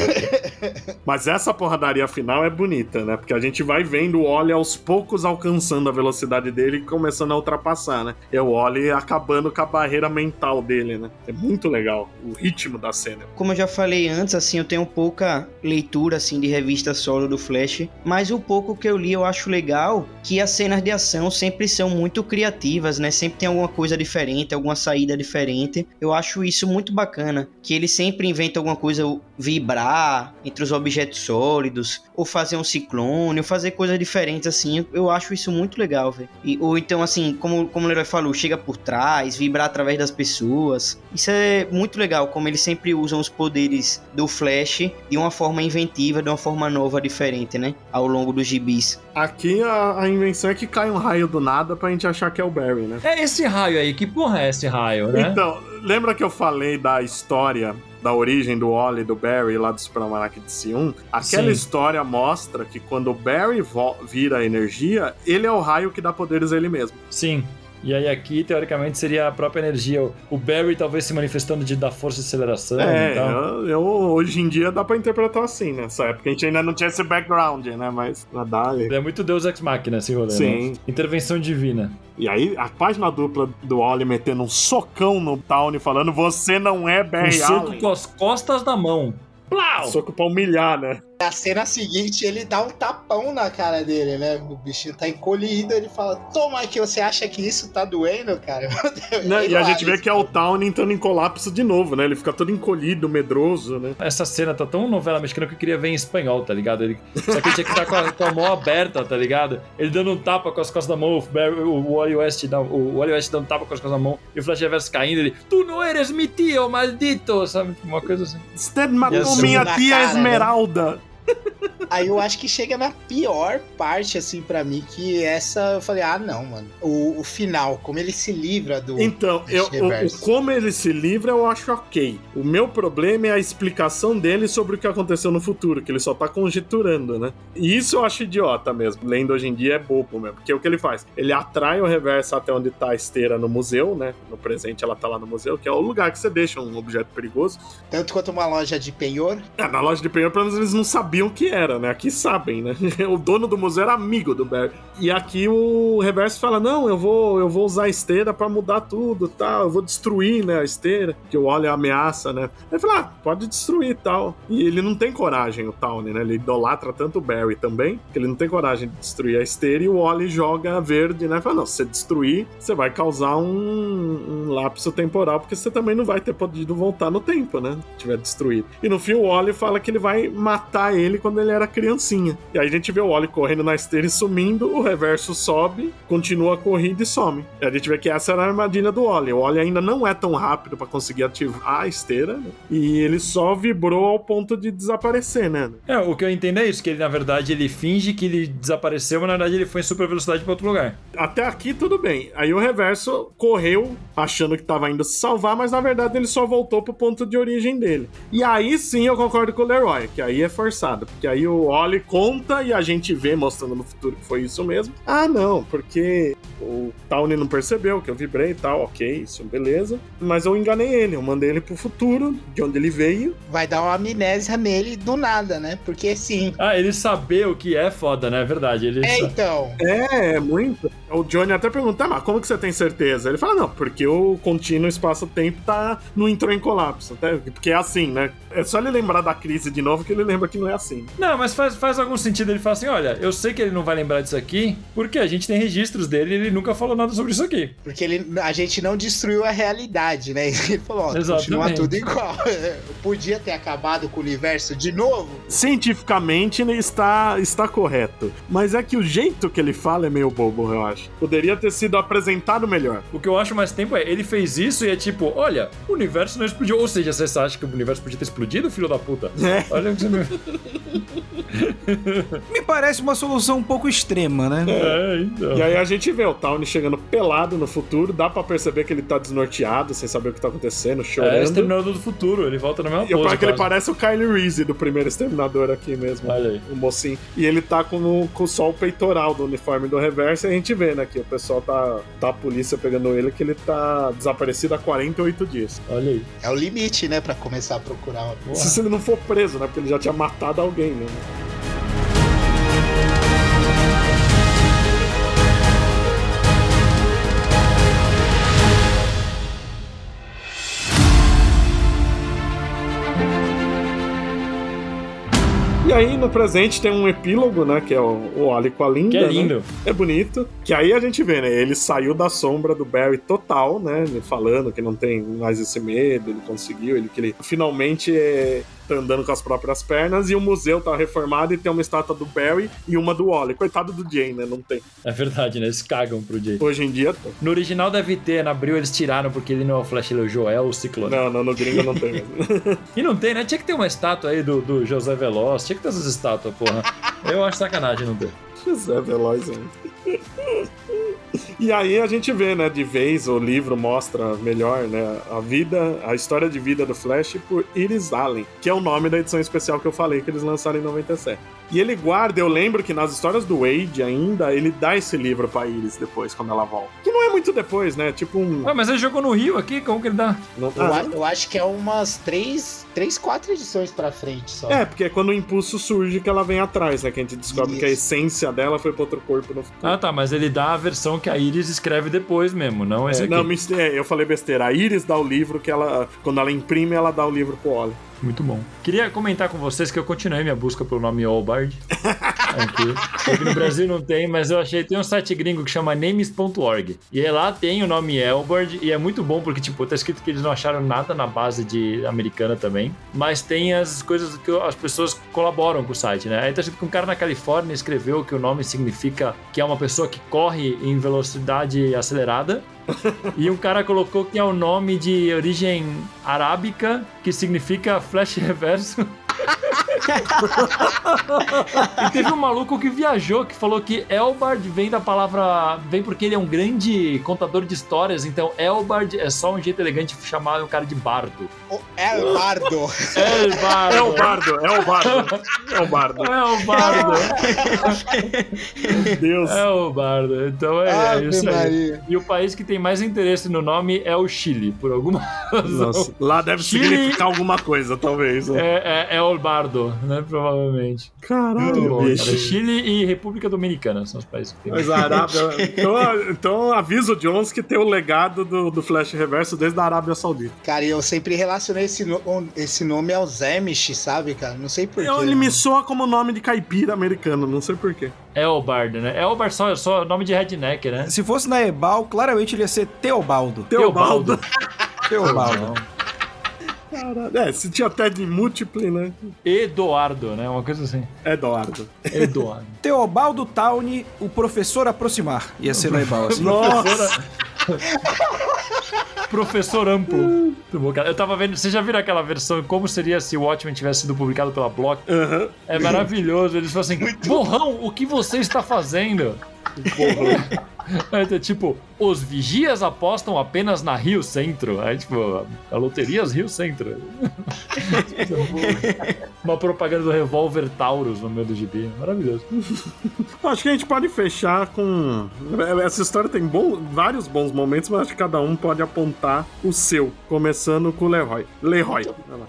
Mas essa porradaria final é bonita, né? Porque a gente vai vendo o Wally aos poucos alcançando a velocidade dele e começando a ultrapassar, né? É o Wally acabando com a barreira mental dele, né? É muito legal o ritmo da cena. Como eu já falei antes, assim, eu tenho pouca leitura, assim, de revista solo do Flash, mas o pouco que eu li eu acho legal que as cenas de ação sempre são muito criativas, né? Sempre tem alguma coisa diferente, alguma saída diferente. Eu acho isso muito bacana, que ele sempre inventa alguma coisa, vibrar entre os objetos sólidos, ou fazer um ciclone, ou fazer coisas diferentes assim. Eu acho isso muito legal, velho. Ou então, assim, como o Leroy falou, chega por trás, vibrar através das pessoas. Isso é muito legal, como eles sempre usam os poderes do Flash de uma forma inventiva, de uma forma nova, diferente, né? Ao longo dos gibis. Aqui a invenção é que cai um raio do nada pra gente achar que é o Barry, né? É esse raio aí, que porra é esse raio, né? Então, lembra que eu falei da história da origem do Wally e do Barry lá do Super Almanac DC1? Aquela Sim. história mostra que quando o Barry vira energia, ele é o raio que dá poderes a ele mesmo. Sim. E aí aqui, teoricamente, seria a própria energia. O Barry talvez se manifestando da força de aceleração e tal. Hoje em dia dá pra interpretar assim, né? Nessa época a gente ainda não tinha esse background, né? Mas na Dali. É muito Deus Ex Machina esse rolê, Sim. né? Intervenção divina. E aí, a página dupla do Wally metendo um socão no Tawny falando: você não é Barry Um soco Allen. com as costas da mão. Plau! Soco pra humilhar, né? Na cena seguinte, ele dá um tapão na cara dele, né? O bichinho tá encolhido, ele fala: toma aqui, você acha que isso tá doendo, cara? Né? E a gente vê que é o Tawny entrando em colapso de novo, né? Ele fica todo encolhido, medroso, né? Essa cena tá tão novela mexicana que eu queria ver em espanhol, tá ligado? Só que ele tinha que estar com a mão aberta, tá ligado? Ele dando um tapa com as costas da mão, o Wally West dando um tapa com as costas da mão, e o Flash Reverso caindo, ele: tu não eres mi tio, maldito, sabe? Uma coisa assim. Você matou Yes, minha na tia cara, Esmeralda. Aí eu acho que chega na pior parte, assim, pra mim, que essa eu falei: ah, não, mano. O final, como ele se livra do. Então, como ele se livra, eu acho ok. O meu problema é a explicação dele sobre o que aconteceu no futuro, que ele só tá conjecturando, né? E isso eu acho idiota mesmo. Lendo hoje em dia é bobo mesmo. Porque o que ele faz? Ele atrai o Reverso até onde tá a esteira no museu, né? No presente ela tá lá no museu, que é o lugar que você deixa um objeto perigoso. Tanto quanto uma loja de penhor. Na loja de penhor, pelo menos eles não sabiam o que era, né? Aqui sabem, né? O dono do museu era amigo do Barry. E aqui o Reverso fala: não, eu vou usar a esteira pra mudar tudo, tal. Eu vou destruir, né, a esteira. Que o Wally ameaça, né? Ele fala: ah, pode destruir e tal. E ele não tem coragem, o Tawny, né? Ele idolatra tanto o Barry também, que ele não tem coragem de destruir a esteira. E o Wally joga verde, né? Fala: não, se você destruir, você vai causar um lapso temporal, porque você também não vai ter podido voltar no tempo, né? Se tiver destruído. E no fim o Wally fala que ele vai matar ele quando ele era criancinha. E aí a gente vê o Wally correndo na esteira e sumindo, o Reverso sobe, continua a corrida e some. E a gente vê que essa era a armadilha do Wally. O Wally ainda não é tão rápido pra conseguir ativar a esteira, né? E ele só vibrou ao ponto de desaparecer, né? O que eu entendo é isso, que ele, na verdade, ele finge que ele desapareceu, mas na verdade ele foi em super velocidade pra outro lugar. Até aqui tudo bem. Aí o Reverso correu achando que tava indo se salvar, mas na verdade ele só voltou pro ponto de origem dele. E aí sim eu concordo com o Leroy, que aí é forçado, porque aí o Wally conta e a gente vê, mostrando no futuro que foi isso mesmo. Ah, não, porque o Tawny não percebeu que eu vibrei e tal, ok, isso, beleza. Mas eu enganei ele, eu mandei ele pro futuro, de onde ele veio. Vai dar uma amnésia nele do nada, né? Porque sim. Ah, ele saber o que é foda, né? É verdade. Então. É muito. O Johnny até pergunta: mas como que você tem certeza? Ele fala: não, porque o contínuo espaço-tempo não entrou em colapso. Tá? Porque é assim, né? É só ele lembrar da crise de novo que ele lembra que não é assim. Não, mas faz algum sentido. Ele fala assim: olha, eu sei que ele não vai lembrar disso aqui, porque a gente tem registros dele e ele nunca falou nada sobre isso aqui. Porque a gente não destruiu a realidade, né? Ele falou: ó, continua tudo igual. Podia ter acabado com o universo de novo? Cientificamente está correto. Mas é que o jeito que ele fala é meio bobo, eu acho. Poderia ter sido apresentado melhor. O que eu acho mais tempo é, ele fez isso e é tipo: olha, o universo não explodiu. Ou seja, você acha que o universo podia ter explodido, filho da puta? É. Olha o que você me... Me parece uma solução um pouco extrema, né? Então. E aí a gente vê o Tawny chegando pelado no futuro, dá pra perceber que ele tá desnorteado, sem saber o que tá acontecendo, chorando. É o Exterminador do Futuro, ele volta na mesma pose. E pior que ele parece o Kyle Reese do primeiro Exterminador aqui mesmo. Olha aí. O mocinho. E ele tá com só o peitoral do uniforme do Reverso, e a gente vê, né, que o pessoal tá a polícia pegando ele, que ele tá desaparecido há 48 dias. Olha aí. É o limite, né, pra começar a procurar uma porra. Se ele não for preso, né, porque ele já tinha matado alguém, né. E aí no presente tem um epílogo, né? Que é o Wally com a Linda. Que é lindo. Né? É bonito. Que aí a gente vê, né? Ele saiu da sombra do Barry total, né? Ele falando que não tem mais esse medo, ele conseguiu, que ele finalmente tá andando com as próprias pernas, e o museu tá reformado e tem uma estátua do Barry e uma do Wally. Coitado do Jay, né? Não tem. É verdade, né? Eles cagam pro Jay. Hoje em dia... No original deve ter, na Abril eles tiraram porque ele não é o Flash, ele é o Joel, o Ciclone. Não, no gringo não tem mesmo. E não tem, né? Tinha que ter uma estátua aí do José Veloz, tinha que ter essas estátuas, porra. Eu acho sacanagem não ter. José Veloz, hein? E aí a gente vê, né, de vez o livro mostra melhor, né, a história de vida do Flash por Iris Allen, que é o nome da edição especial que eu falei que eles lançaram em 97. E ele guarda, eu lembro que nas histórias do Wade ainda, ele dá esse livro pra Iris depois, quando ela volta. Que não é muito depois, né, tipo um... Mas ele jogou no Rio aqui, como que ele dá? Eu acho que é umas 4 edições pra frente só. É, porque é quando o impulso surge que ela vem atrás, né, que a gente descobre que a essência dela foi pra outro corpo no futuro. Ah, tá, mas ele dá a versão que a Iris escreve depois mesmo, não esse aqui. Não, eu falei besteira. A Iris dá o livro que ela... Quando ela imprime, ela dá o livro pro Wally. Muito bom. Queria comentar com vocês que eu continuei minha busca pelo nome Allbard. Aqui no Brasil não tem, mas eu achei... Tem um site gringo que chama names.org. E lá tem o nome Allbard. E é muito bom porque, tipo, tá escrito que eles não acharam nada na base de americana também. Mas tem as coisas que as pessoas colaboram com o site, né? Aí tá escrito que um cara na Califórnia escreveu que o nome significa que é uma pessoa que corre em velocidade acelerada. E um cara colocou que é o nome de origem arábica, que significa flash reverso. E teve um maluco que viajou, que falou que Elbard vem da palavra... Vem porque ele é um grande contador de histórias, então Elbard é só um jeito elegante de chamar um cara de bardo. Elbardo. Meu Deus. Elbardo. Então é isso aí. E o país que tem mais interesse no nome é o Chile, por alguma razão. Nossa, lá deve significar alguma coisa, talvez. É Elbardo, né? Provavelmente. Caralho, bicho. Chile e República Dominicana são os países que tem. Mas a Arábia... então avisa o Jones que tem o legado do Flash Reverso desde a Arábia Saudita. Cara, eu sempre relacionei esse nome ao Zemish, sabe, cara? Não sei porquê. Ele me soa como nome de caipira americano, não sei porquê. Elbard, né? Elbard só nome de redneck, né? Se fosse na Ebal, claramente ele ia ser Teobaldo. Teobaldo. Caralho. Se tinha até de múltiplo, né? Eduardo, né? Uma coisa assim. Eduardo. Teobaldo Tawny, o professor aproximar. Ia ser na Ebal, assim. Nossa! Professor Amplo. Muito bom, cara. Eu tava vendo... Vocês já viram aquela versão? Como seria se o Watchmen tivesse sido publicado pela Block? Uhum. É maravilhoso. Eles falam assim... Borrão, o que você está fazendo? É tipo, os vigias apostam apenas na Rio Centro. Aí, tipo, a loterias Rio Centro. Uma propaganda do revólver Taurus no meio do gibi. Maravilhoso. Acho que a gente pode fechar com... Essa história tem vários bons momentos, mas acho que cada um pode apontar o seu. Começando com o Leroy. Leroy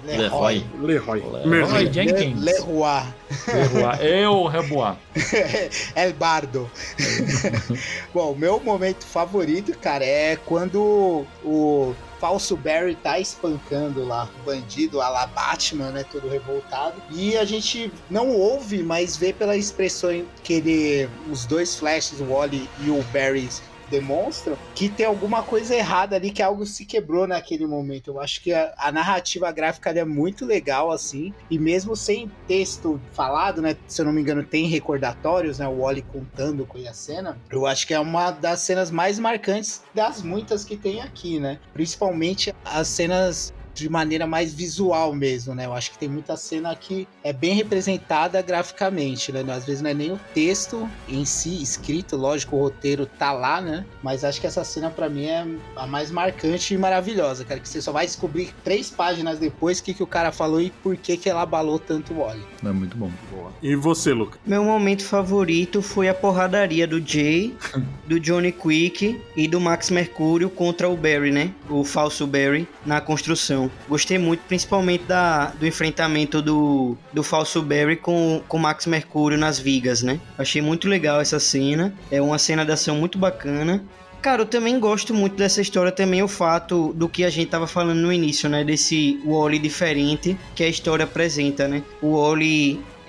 Jenkins. Leroy. Eu, Rebois. Elbardo. Bom, o meu momento favorito, cara, é quando o falso Barry tá espancando lá o bandido, a la Batman, né, todo revoltado. E a gente não ouve, mas vê pela expressão que os dois Flashes, o Wally e o Barry, demonstram que tem alguma coisa errada ali, que algo se quebrou naquele momento. Eu acho que a narrativa gráfica é muito legal, assim, e mesmo sem texto falado, né, se eu não me engano tem recordatórios, né, o Wally contando com a cena, eu acho que é uma das cenas mais marcantes das muitas que tem aqui, né, principalmente as cenas de maneira mais visual mesmo, né? Eu acho que tem muita cena que é bem representada graficamente, né? Às vezes não é nem o texto em si escrito, lógico, o roteiro tá lá, né? Mas acho que essa cena pra mim é a mais marcante e maravilhosa, cara, que você só vai descobrir 3 páginas depois o que o cara falou e por que ela abalou tanto o Wally. É muito bom. Boa. E você, Luca? Meu momento favorito foi a porradaria do Jay, do Johnny Quick e do Max Mercúrio contra o Barry, né? O falso Barry na construção. Gostei muito, principalmente do enfrentamento do falso Barry com Max Mercúrio nas vigas, né? Achei muito legal essa cena. É uma cena de ação muito bacana. Cara, eu também gosto muito dessa história, também o fato do que a gente tava falando no início, né? Desse Wally diferente que a história apresenta, né? O Wally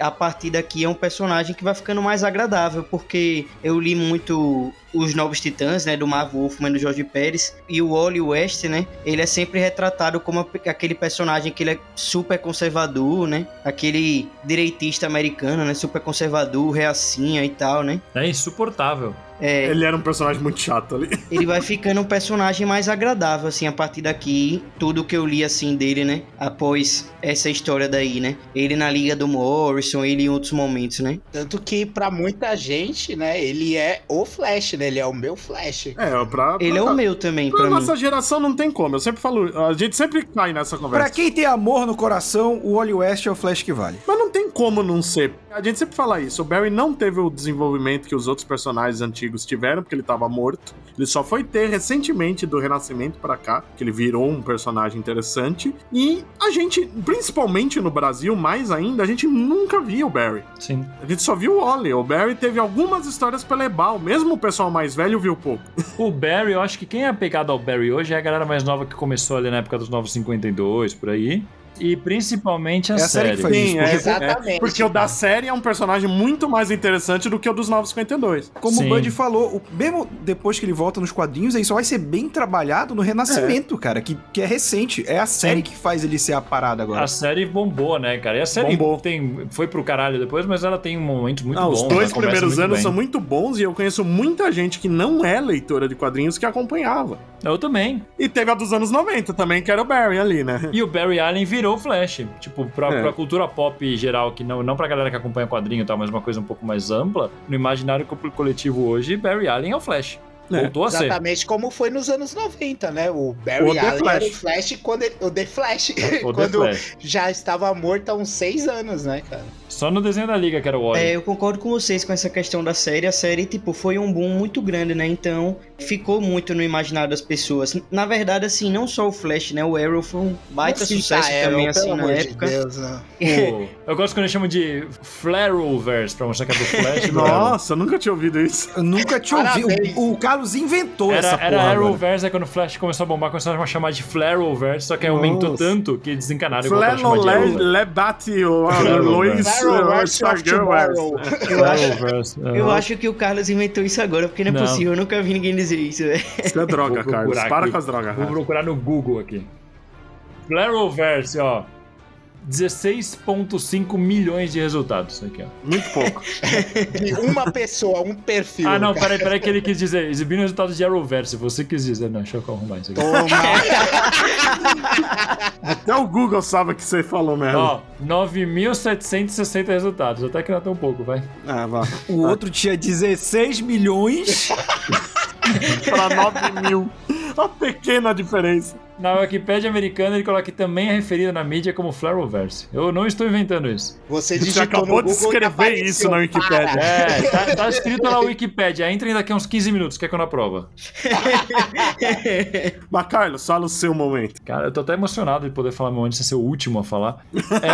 a partir daqui é um personagem que vai ficando mais agradável, porque eu li muito os Novos Titãs, né, do Marv Wolfman e do Jorge Pérez, e o Wally West, né, ele é sempre retratado como aquele personagem que ele é super conservador, né, aquele direitista americano, né, super conservador, reacinha e tal, né. É insuportável. Ele era um personagem muito chato ali. Ele vai ficando um personagem mais agradável, assim, a partir daqui, tudo que eu li, assim, dele, né, após essa história daí, né, ele na Liga do Morrison, ele em outros momentos, né. Tanto que pra muita gente, né, ele é o Flash, né, ele é o meu Flash. Ele é o meu também, pra pra mim. nossa geração não tem como, eu sempre falo, a gente sempre cai nessa conversa. Pra quem tem amor no coração, o Wally West é o Flash que vale. Mas não tem como não ser. A gente sempre fala isso, o Barry não teve o desenvolvimento que os outros personagens antigos tiveram, porque ele tava morto. Ele só foi ter recentemente, do Renascimento pra cá, que ele virou um personagem interessante. E a gente, principalmente no Brasil, mais ainda, a gente nunca viu o Barry. Sim. A gente só viu o Wally. O Barry teve algumas histórias pela Ebal, mesmo o pessoal mais velho viu pouco. O Barry, eu acho que quem é apegado ao Barry hoje é a galera mais nova que começou ali na época dos Novos 52, por aí. E principalmente a série. Que faz isso. Exatamente. Porque o da série é um personagem muito mais interessante do que o dos Novos 52. Como Sim. o Bud falou, mesmo depois que ele volta nos quadrinhos, aí só vai ser bem trabalhado no Renascimento, cara, que é recente. É a série que faz ele ser a parada agora. A série bombou, né, cara? E a série Bombou. foi pro caralho depois, mas ela tem momentos muito bons. Os dois ela começa primeiros muito anos bem. são muito bons e eu conheço muita gente que não é leitora de quadrinhos que acompanhava. Eu também. E teve a dos anos 90 também, que era o Barry ali, né? E o Barry Allen virou o Flash. Tipo, pra cultura pop geral, que não pra galera que acompanha quadrinho e tal, mas uma coisa um pouco mais ampla, no imaginário coletivo hoje, Barry Allen é o Flash. Voltou a ser. Exatamente como foi nos anos 90, né? O O Barry The Allen Flash. era o Flash quando o The Flash, O The quando Flash. já estava morto há uns 6 anos, né, cara? Só no desenho da Liga que era o Wally. Eu concordo com vocês com essa questão da série. A série, tipo, foi um boom muito grande, né? Então, ficou muito no imaginário das pessoas. Na verdade, assim, não só o Flash, né? O Arrow foi um baita sucesso também, assim, na época. Deus, né? Eu gosto quando eles chamam de Flareverse, pra mostrar que é do Flash. do Arrow. Nossa, eu nunca tinha ouvido isso. Eu nunca tinha ouvido. Parabéns. O Carlos inventou essa porra. Era agora. Arrowverse, aí quando o Flash começou a bombar, começaram a chamar de Flareverse, só que aí aumentou Nossa. tanto que desencanaram e voltaram a chamar de Flano Arrowverse. Lebate, o Flareverse. Lois Flareverse of Tomorrow. Flareverse. Eu acho que o Carlos inventou isso agora, porque não é Não. possível, eu nunca vi ninguém dizer isso, velho. Isso é droga, Vou Carlos. procurar Para aqui. com as drogas, Vou Carlos. procurar no Google aqui. Flareverse, ó. 16,5 milhões de resultados aqui, ó. Muito pouco. De uma pessoa, um perfil. Ah, não, cara. peraí que ele quis dizer. Exibindo resultados de Arrowverse. Você quis dizer. Não, deixa eu arrumar isso aqui. Toma. Até o Google sabe que você falou mesmo. Ó, 9.760 resultados. Até que não é tão pouco, vai. Ah, vá. O outro tinha 16 milhões. Pra 9 mil. Uma pequena diferença. Na Wikipédia americana, ele coloca que também é referido na mídia como Flareverse. Eu não estou inventando isso. Você Você digitou acabou no de Google e escrever apareceu. isso na Wikipédia. É, tá escrito na Wikipédia. Entrem daqui a uns 15 minutos, quer que eu não aprova? Mas, Carlos, fala o seu momento. Cara, eu tô até emocionado de poder falar meu antes de ser o último a falar.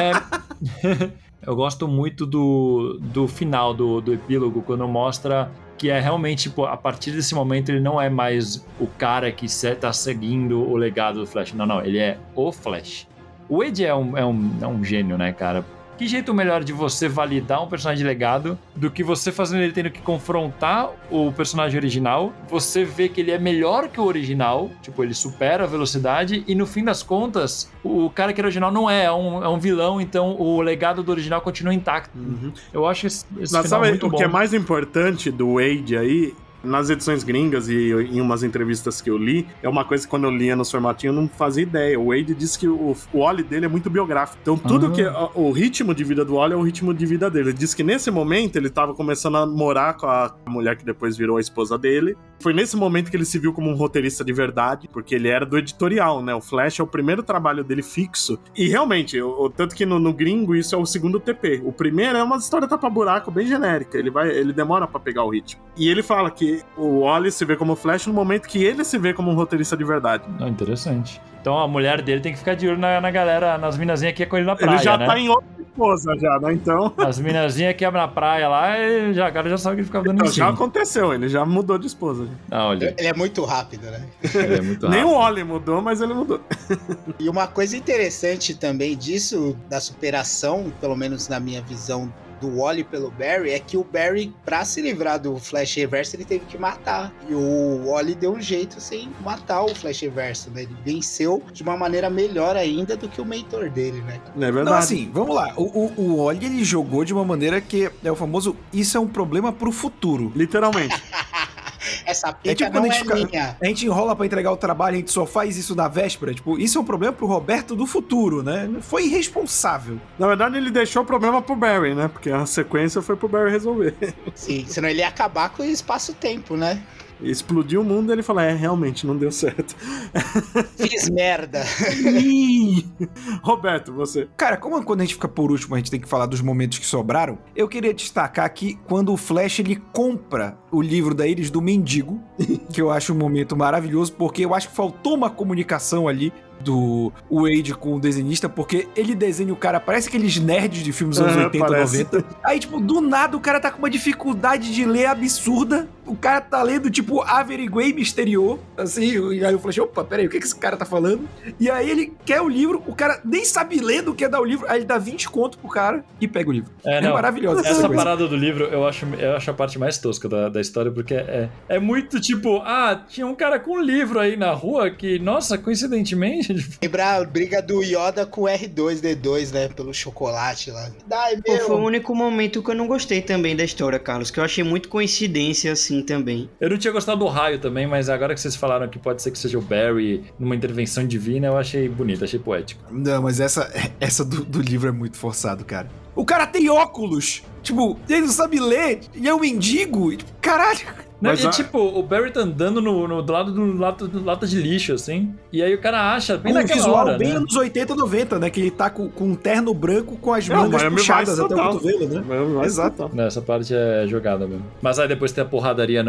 Eu gosto muito do final do epílogo, quando mostra que é realmente, tipo, a partir desse momento ele não é mais o cara que tá seguindo o legado do Flash. Não, ele é o Flash. O Wade é um gênio, né, cara? Que jeito melhor de você validar um personagem de legado do que você fazendo ele tendo que confrontar o personagem original, você vê que ele é melhor que o original, tipo, ele supera a velocidade e no fim das contas, o cara que era original não é um vilão, então o legado do original continua intacto. Eu acho esse Mas final sabe muito o bom. que é mais importante do Wade aí? Nas edições gringas e em umas entrevistas que eu li, é uma coisa que quando eu lia nos formatinhos eu não fazia ideia. O Wade disse que o Wally dele é muito biográfico. Então tudo que... O ritmo de vida do Wally é o ritmo de vida dele. Ele disse que nesse momento ele tava começando a morar com a mulher que depois virou a esposa dele. Foi nesse momento que ele se viu como um roteirista de verdade, porque ele era do editorial, né? O Flash é o primeiro trabalho dele fixo. E realmente, tanto que no gringo isso é o segundo TP. O primeiro é uma história tapa-buraco bem genérica. Ele demora pra pegar o ritmo. E ele fala que o Wally se vê como Flash no momento que ele se vê como um roteirista de verdade. Interessante. Então a mulher dele tem que ficar de olho na galera, nas minazinhas que é com ele na praia, Ele já né? tá em outro esposa já, né? Então... As minazinhas quebram na praia lá e já, o cara já sabe que ele ficava dando Então, em cima. já aconteceu, ele já mudou de esposa. Ah, olha. Ele é muito rápido, né? Ele é muito Nem rápido. o Wally mudou, mas ele mudou. E uma coisa interessante também disso, da superação, pelo menos na minha visão do Wally pelo Barry, é que o Barry, pra se livrar do Flash Reverso, ele teve que matar. E o Wally deu um jeito sem matar o Flash Reverso, né? Ele venceu de uma maneira melhor ainda do que o mentor dele, né? Não é verdade? Não, assim, vamos lá. O Wally, ele jogou de uma maneira que é o famoso, isso é um problema pro futuro. Literalmente. Essa pica tipo não quando é minha. a gente enrola pra entregar o trabalho, a gente só faz isso na véspera. Tipo, isso é um problema pro Roberto do futuro, né? Foi irresponsável. Na verdade, ele deixou o problema pro Barry, né? Porque a sequência foi pro Barry resolver. Sim, senão ele ia acabar com o espaço-tempo, né? Explodiu o mundo e ele falou, realmente, não deu certo. Fiz merda. Ih! Roberto, você. Cara, como quando a gente fica por último, a gente tem que falar dos momentos que sobraram, eu queria destacar aqui quando o Flash, ele compra o livro da Iris do Mendigo, que eu acho um momento maravilhoso, porque eu acho que faltou uma comunicação ali do Wade com o desenhista, porque ele desenha o cara, parece aqueles nerds de filmes dos anos 80, parece. 90. Aí, tipo, do nada o cara tá com uma dificuldade de ler absurda. O cara tá lendo, tipo, averiguei misteriou, assim, e aí eu falei, opa, peraí, o que esse cara tá falando? E aí ele quer o livro, o cara nem sabe ler do que dar o livro, aí ele dá 20 conto pro cara e pega o livro. É maravilhoso. Essa parada do livro, eu acho a parte mais tosca da história, porque é muito tipo, tinha um cara com um livro aí na rua que, nossa, coincidentemente... Lembrar a briga do Yoda com o R2-D2, né? Pelo chocolate lá. Pô, foi o único momento que eu não gostei também da história, Carlos, que eu achei muito coincidência assim também. Eu não tinha gostado do raio também, mas agora que vocês falaram que pode ser que seja o Barry numa intervenção divina, eu achei bonito, achei poético. Não, mas essa do livro é muito forçado, cara. O cara tem óculos! Tipo, ele não sabe ler, e é um mendigo, e, tipo, caralho... Não, e tipo, o Barry tá andando do lado do lata de lixo, assim, e aí o cara acha bem naquela visual hora, bem né? anos 80, 90, né? Que ele tá com um terno branco com as mangas puxadas até o cotovelo, né? Exato. Essa parte é jogada mesmo. Mas aí depois tem a porradaria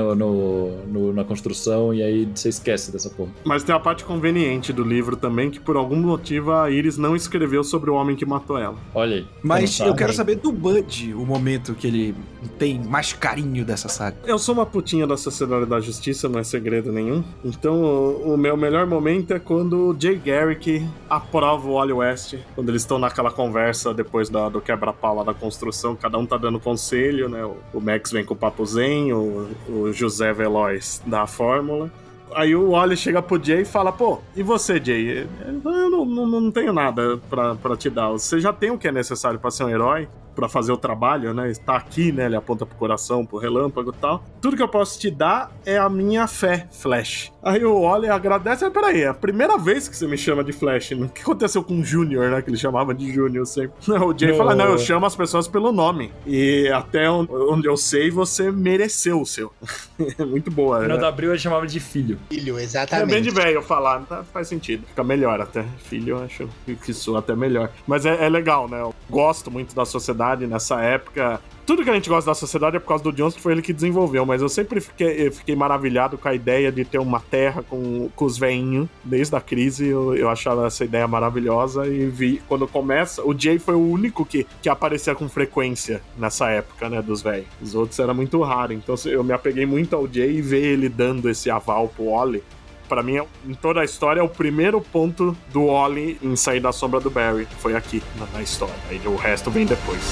na construção e aí você esquece dessa porra. Mas tem a parte conveniente do livro também, que por algum motivo a Iris não escreveu sobre o homem que matou ela. Olha aí. Mas eu quero saber do Bud, o momento que ele tem mais carinho dessa saga. Eu sou uma putinha da Sociedade da Justiça, não é segredo nenhum. Então, o meu melhor momento é quando o Jay Garrick aprova o Wally West, quando eles estão naquela conversa depois do quebra-pau lá da construção, cada um tá dando conselho, né? O Max vem com o papo zen, o José Veloz dá a fórmula. Aí o Wally chega pro Jay e fala, pô, e você, Jay? Eu não tenho nada pra te dar. Você já tem o que é necessário pra ser um herói, pra fazer o trabalho, né? Está aqui, né? Ele aponta pro coração, pro relâmpago e tal. Tudo que eu posso te dar é a minha fé, Flash. Aí o Wally agradece, mas peraí, é a primeira vez que você me chama de Flash. O que aconteceu com o Júnior, né? Que ele chamava de Júnior sempre. O Jay fala, não, eu chamo as pessoas pelo nome. E até onde eu sei, você mereceu o seu. Muito boa, né? No da Abril ele chamava de filho. Filho, É exatamente. bem de velho falar, tá? Faz sentido. Fica melhor até. Filho, eu acho que soa até melhor. Mas é legal, né? Eu gosto muito da Sociedade nessa época. Tudo que a gente gosta da Sociedade é por causa do Jones, que foi ele que desenvolveu, mas eu sempre fiquei maravilhado com a ideia de ter uma terra com os veinhos. Desde a crise, eu achava essa ideia maravilhosa e vi, quando começa, o Jay foi o único que aparecia com frequência nessa época, né, dos velhos. Os outros era muito raro, então eu me apeguei muito ao Jay e ver ele dando esse aval pro Wally. Pra mim, em toda a história, é o primeiro ponto do Wally em sair da sombra do Barry. Foi aqui, na história. Aí o resto vem depois.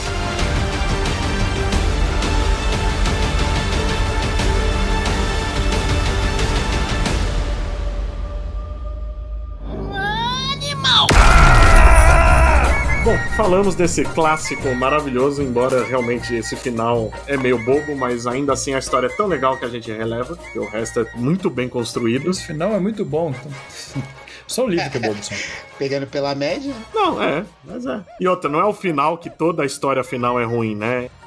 Bom, falamos desse clássico maravilhoso, embora realmente esse final é meio bobo, mas ainda assim a história é tão legal que a gente releva, que o resto é muito bem construído. Esse final é muito bom. Então... Só o livro que é bobo, só. Pegando pela média. Não, mas é. E outra, não é o final que toda a história final é ruim, né?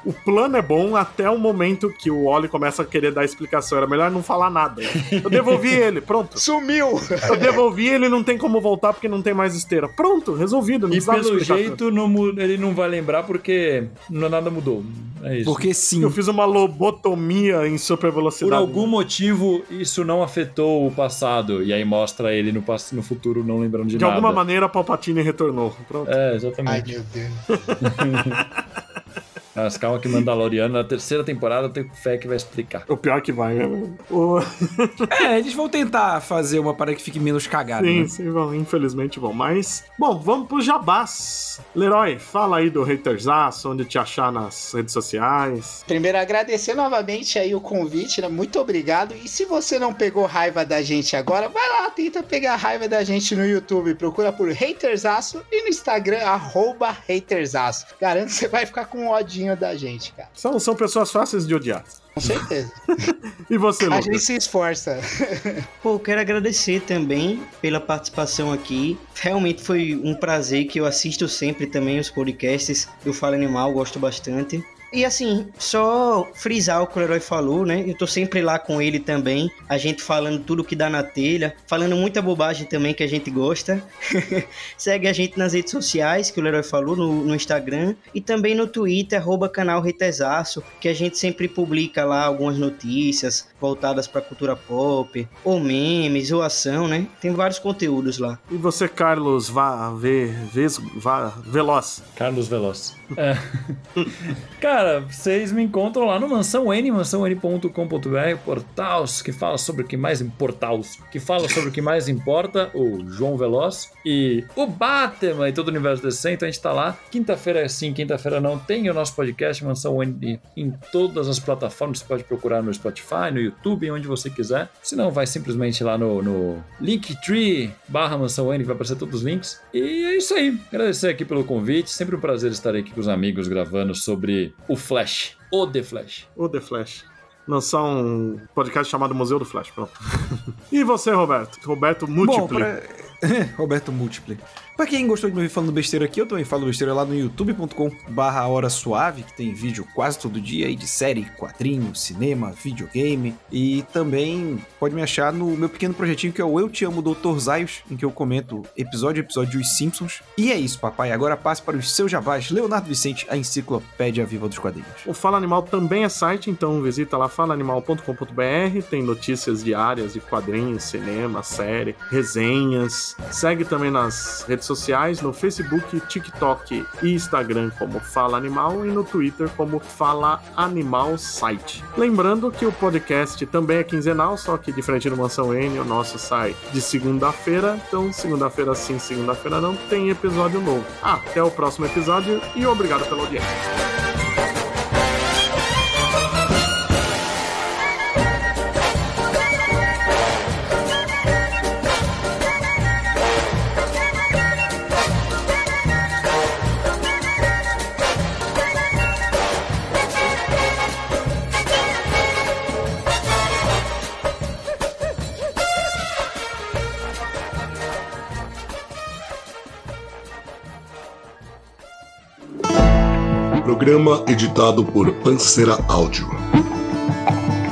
O plano é bom até o momento que o Wally começa a querer dar explicação. Era melhor não falar nada. Eu devolvi ele, pronto. Sumiu! Eu devolvi ele, não tem como voltar porque não tem mais esteira. Pronto, resolvido. Não E pelo jeito ele não vai lembrar porque nada mudou. É isso. Porque sim. Eu fiz uma lobotomia em super velocidade. Por algum motivo, isso não afetou o passado. E aí mostra ele no futuro não lembrando de nada. De alguma maneira, a Palpatine retornou. Pronto. É, exatamente. Ai, meu Deus. Mas calma que Mandaloriano, na terceira temporada, eu tenho fé que vai explicar. O pior que vai, né? Eles vão tentar fazer uma parada que fique menos cagada, Sim, né? sim, vão. Infelizmente vão. Mas, bom, vamos pro jabás. Leroy, fala aí do Haterzaço, onde te achar nas redes sociais. Primeiro, agradecer novamente aí o convite, né? Muito obrigado. E se você não pegou raiva da gente agora, vai lá, tenta pegar raiva da gente no YouTube. Procura por Haterzaço e no Instagram, @Haterzaço. Garanto que você vai ficar com ódio da gente, cara. São pessoas fáceis de odiar. Com certeza. E você, A Lucas? gente se esforça. Pô, quero agradecer também pela participação aqui. Realmente foi um prazer, que eu assisto sempre também os podcasts do Fala Animal, gosto bastante. E assim, só frisar o que o Leroy falou, né? Eu tô sempre lá com ele também, a gente falando tudo que dá na telha, falando muita bobagem também que a gente gosta. Segue a gente nas redes sociais, que o Leroy falou, no Instagram, e também no Twitter, @canal Haterzaço, que a gente sempre publica lá algumas notícias voltadas pra cultura pop, ou memes, ou ação, né? Tem vários conteúdos lá. E você, Carlos Veloz? Carlos Veloz. É. Cara, vocês me encontram lá no Mansão N, mansãon.com.br, portais que fala sobre o que mais importa, o João Veloz e o Batman e todo o universo desse. Então a gente tá lá, quinta-feira sim, quinta-feira não, tem o nosso podcast Mansão N em todas as plataformas, você pode procurar no Spotify, no YouTube, onde você quiser. Se não, vai simplesmente lá no Linktree/Mansão N, que vai aparecer todos os links. E é isso aí, agradecer aqui pelo convite, sempre um prazer estar aqui com os amigos gravando sobre o Flash, o The Flash. O The Flash. Lançar um podcast chamado Museu do Flash, pronto. E você, Roberto? Roberto Múltiple. Roberto Múltiple. Pra quem gostou de me ouvir falando besteira aqui, eu também falo besteira lá no youtube.com/Hora Suave, que tem vídeo quase todo dia aí de série, quadrinho, cinema, videogame. E também pode me achar no meu pequeno projetinho que é o Eu Te Amo, Dr. Zaios, em que eu comento episódio Os Simpsons. E é isso, papai. Agora passe para os seus jabás. Leonardo Vicente, a enciclopédia viva dos quadrinhos. O Fala Animal também é site, então visita lá falaanimal.com.br. Tem notícias diárias de quadrinhos, cinema, série, resenhas. Segue também nas redes sociais, no Facebook, TikTok e Instagram como Fala Animal e no Twitter como Fala Animal Site. Lembrando que o podcast também é quinzenal, só que diferente do Mansão N, o nosso sai de segunda-feira, então segunda-feira sim, segunda-feira não, tem episódio novo. Até o próximo episódio e obrigado pela audiência. Programa editado por Pancera Áudio.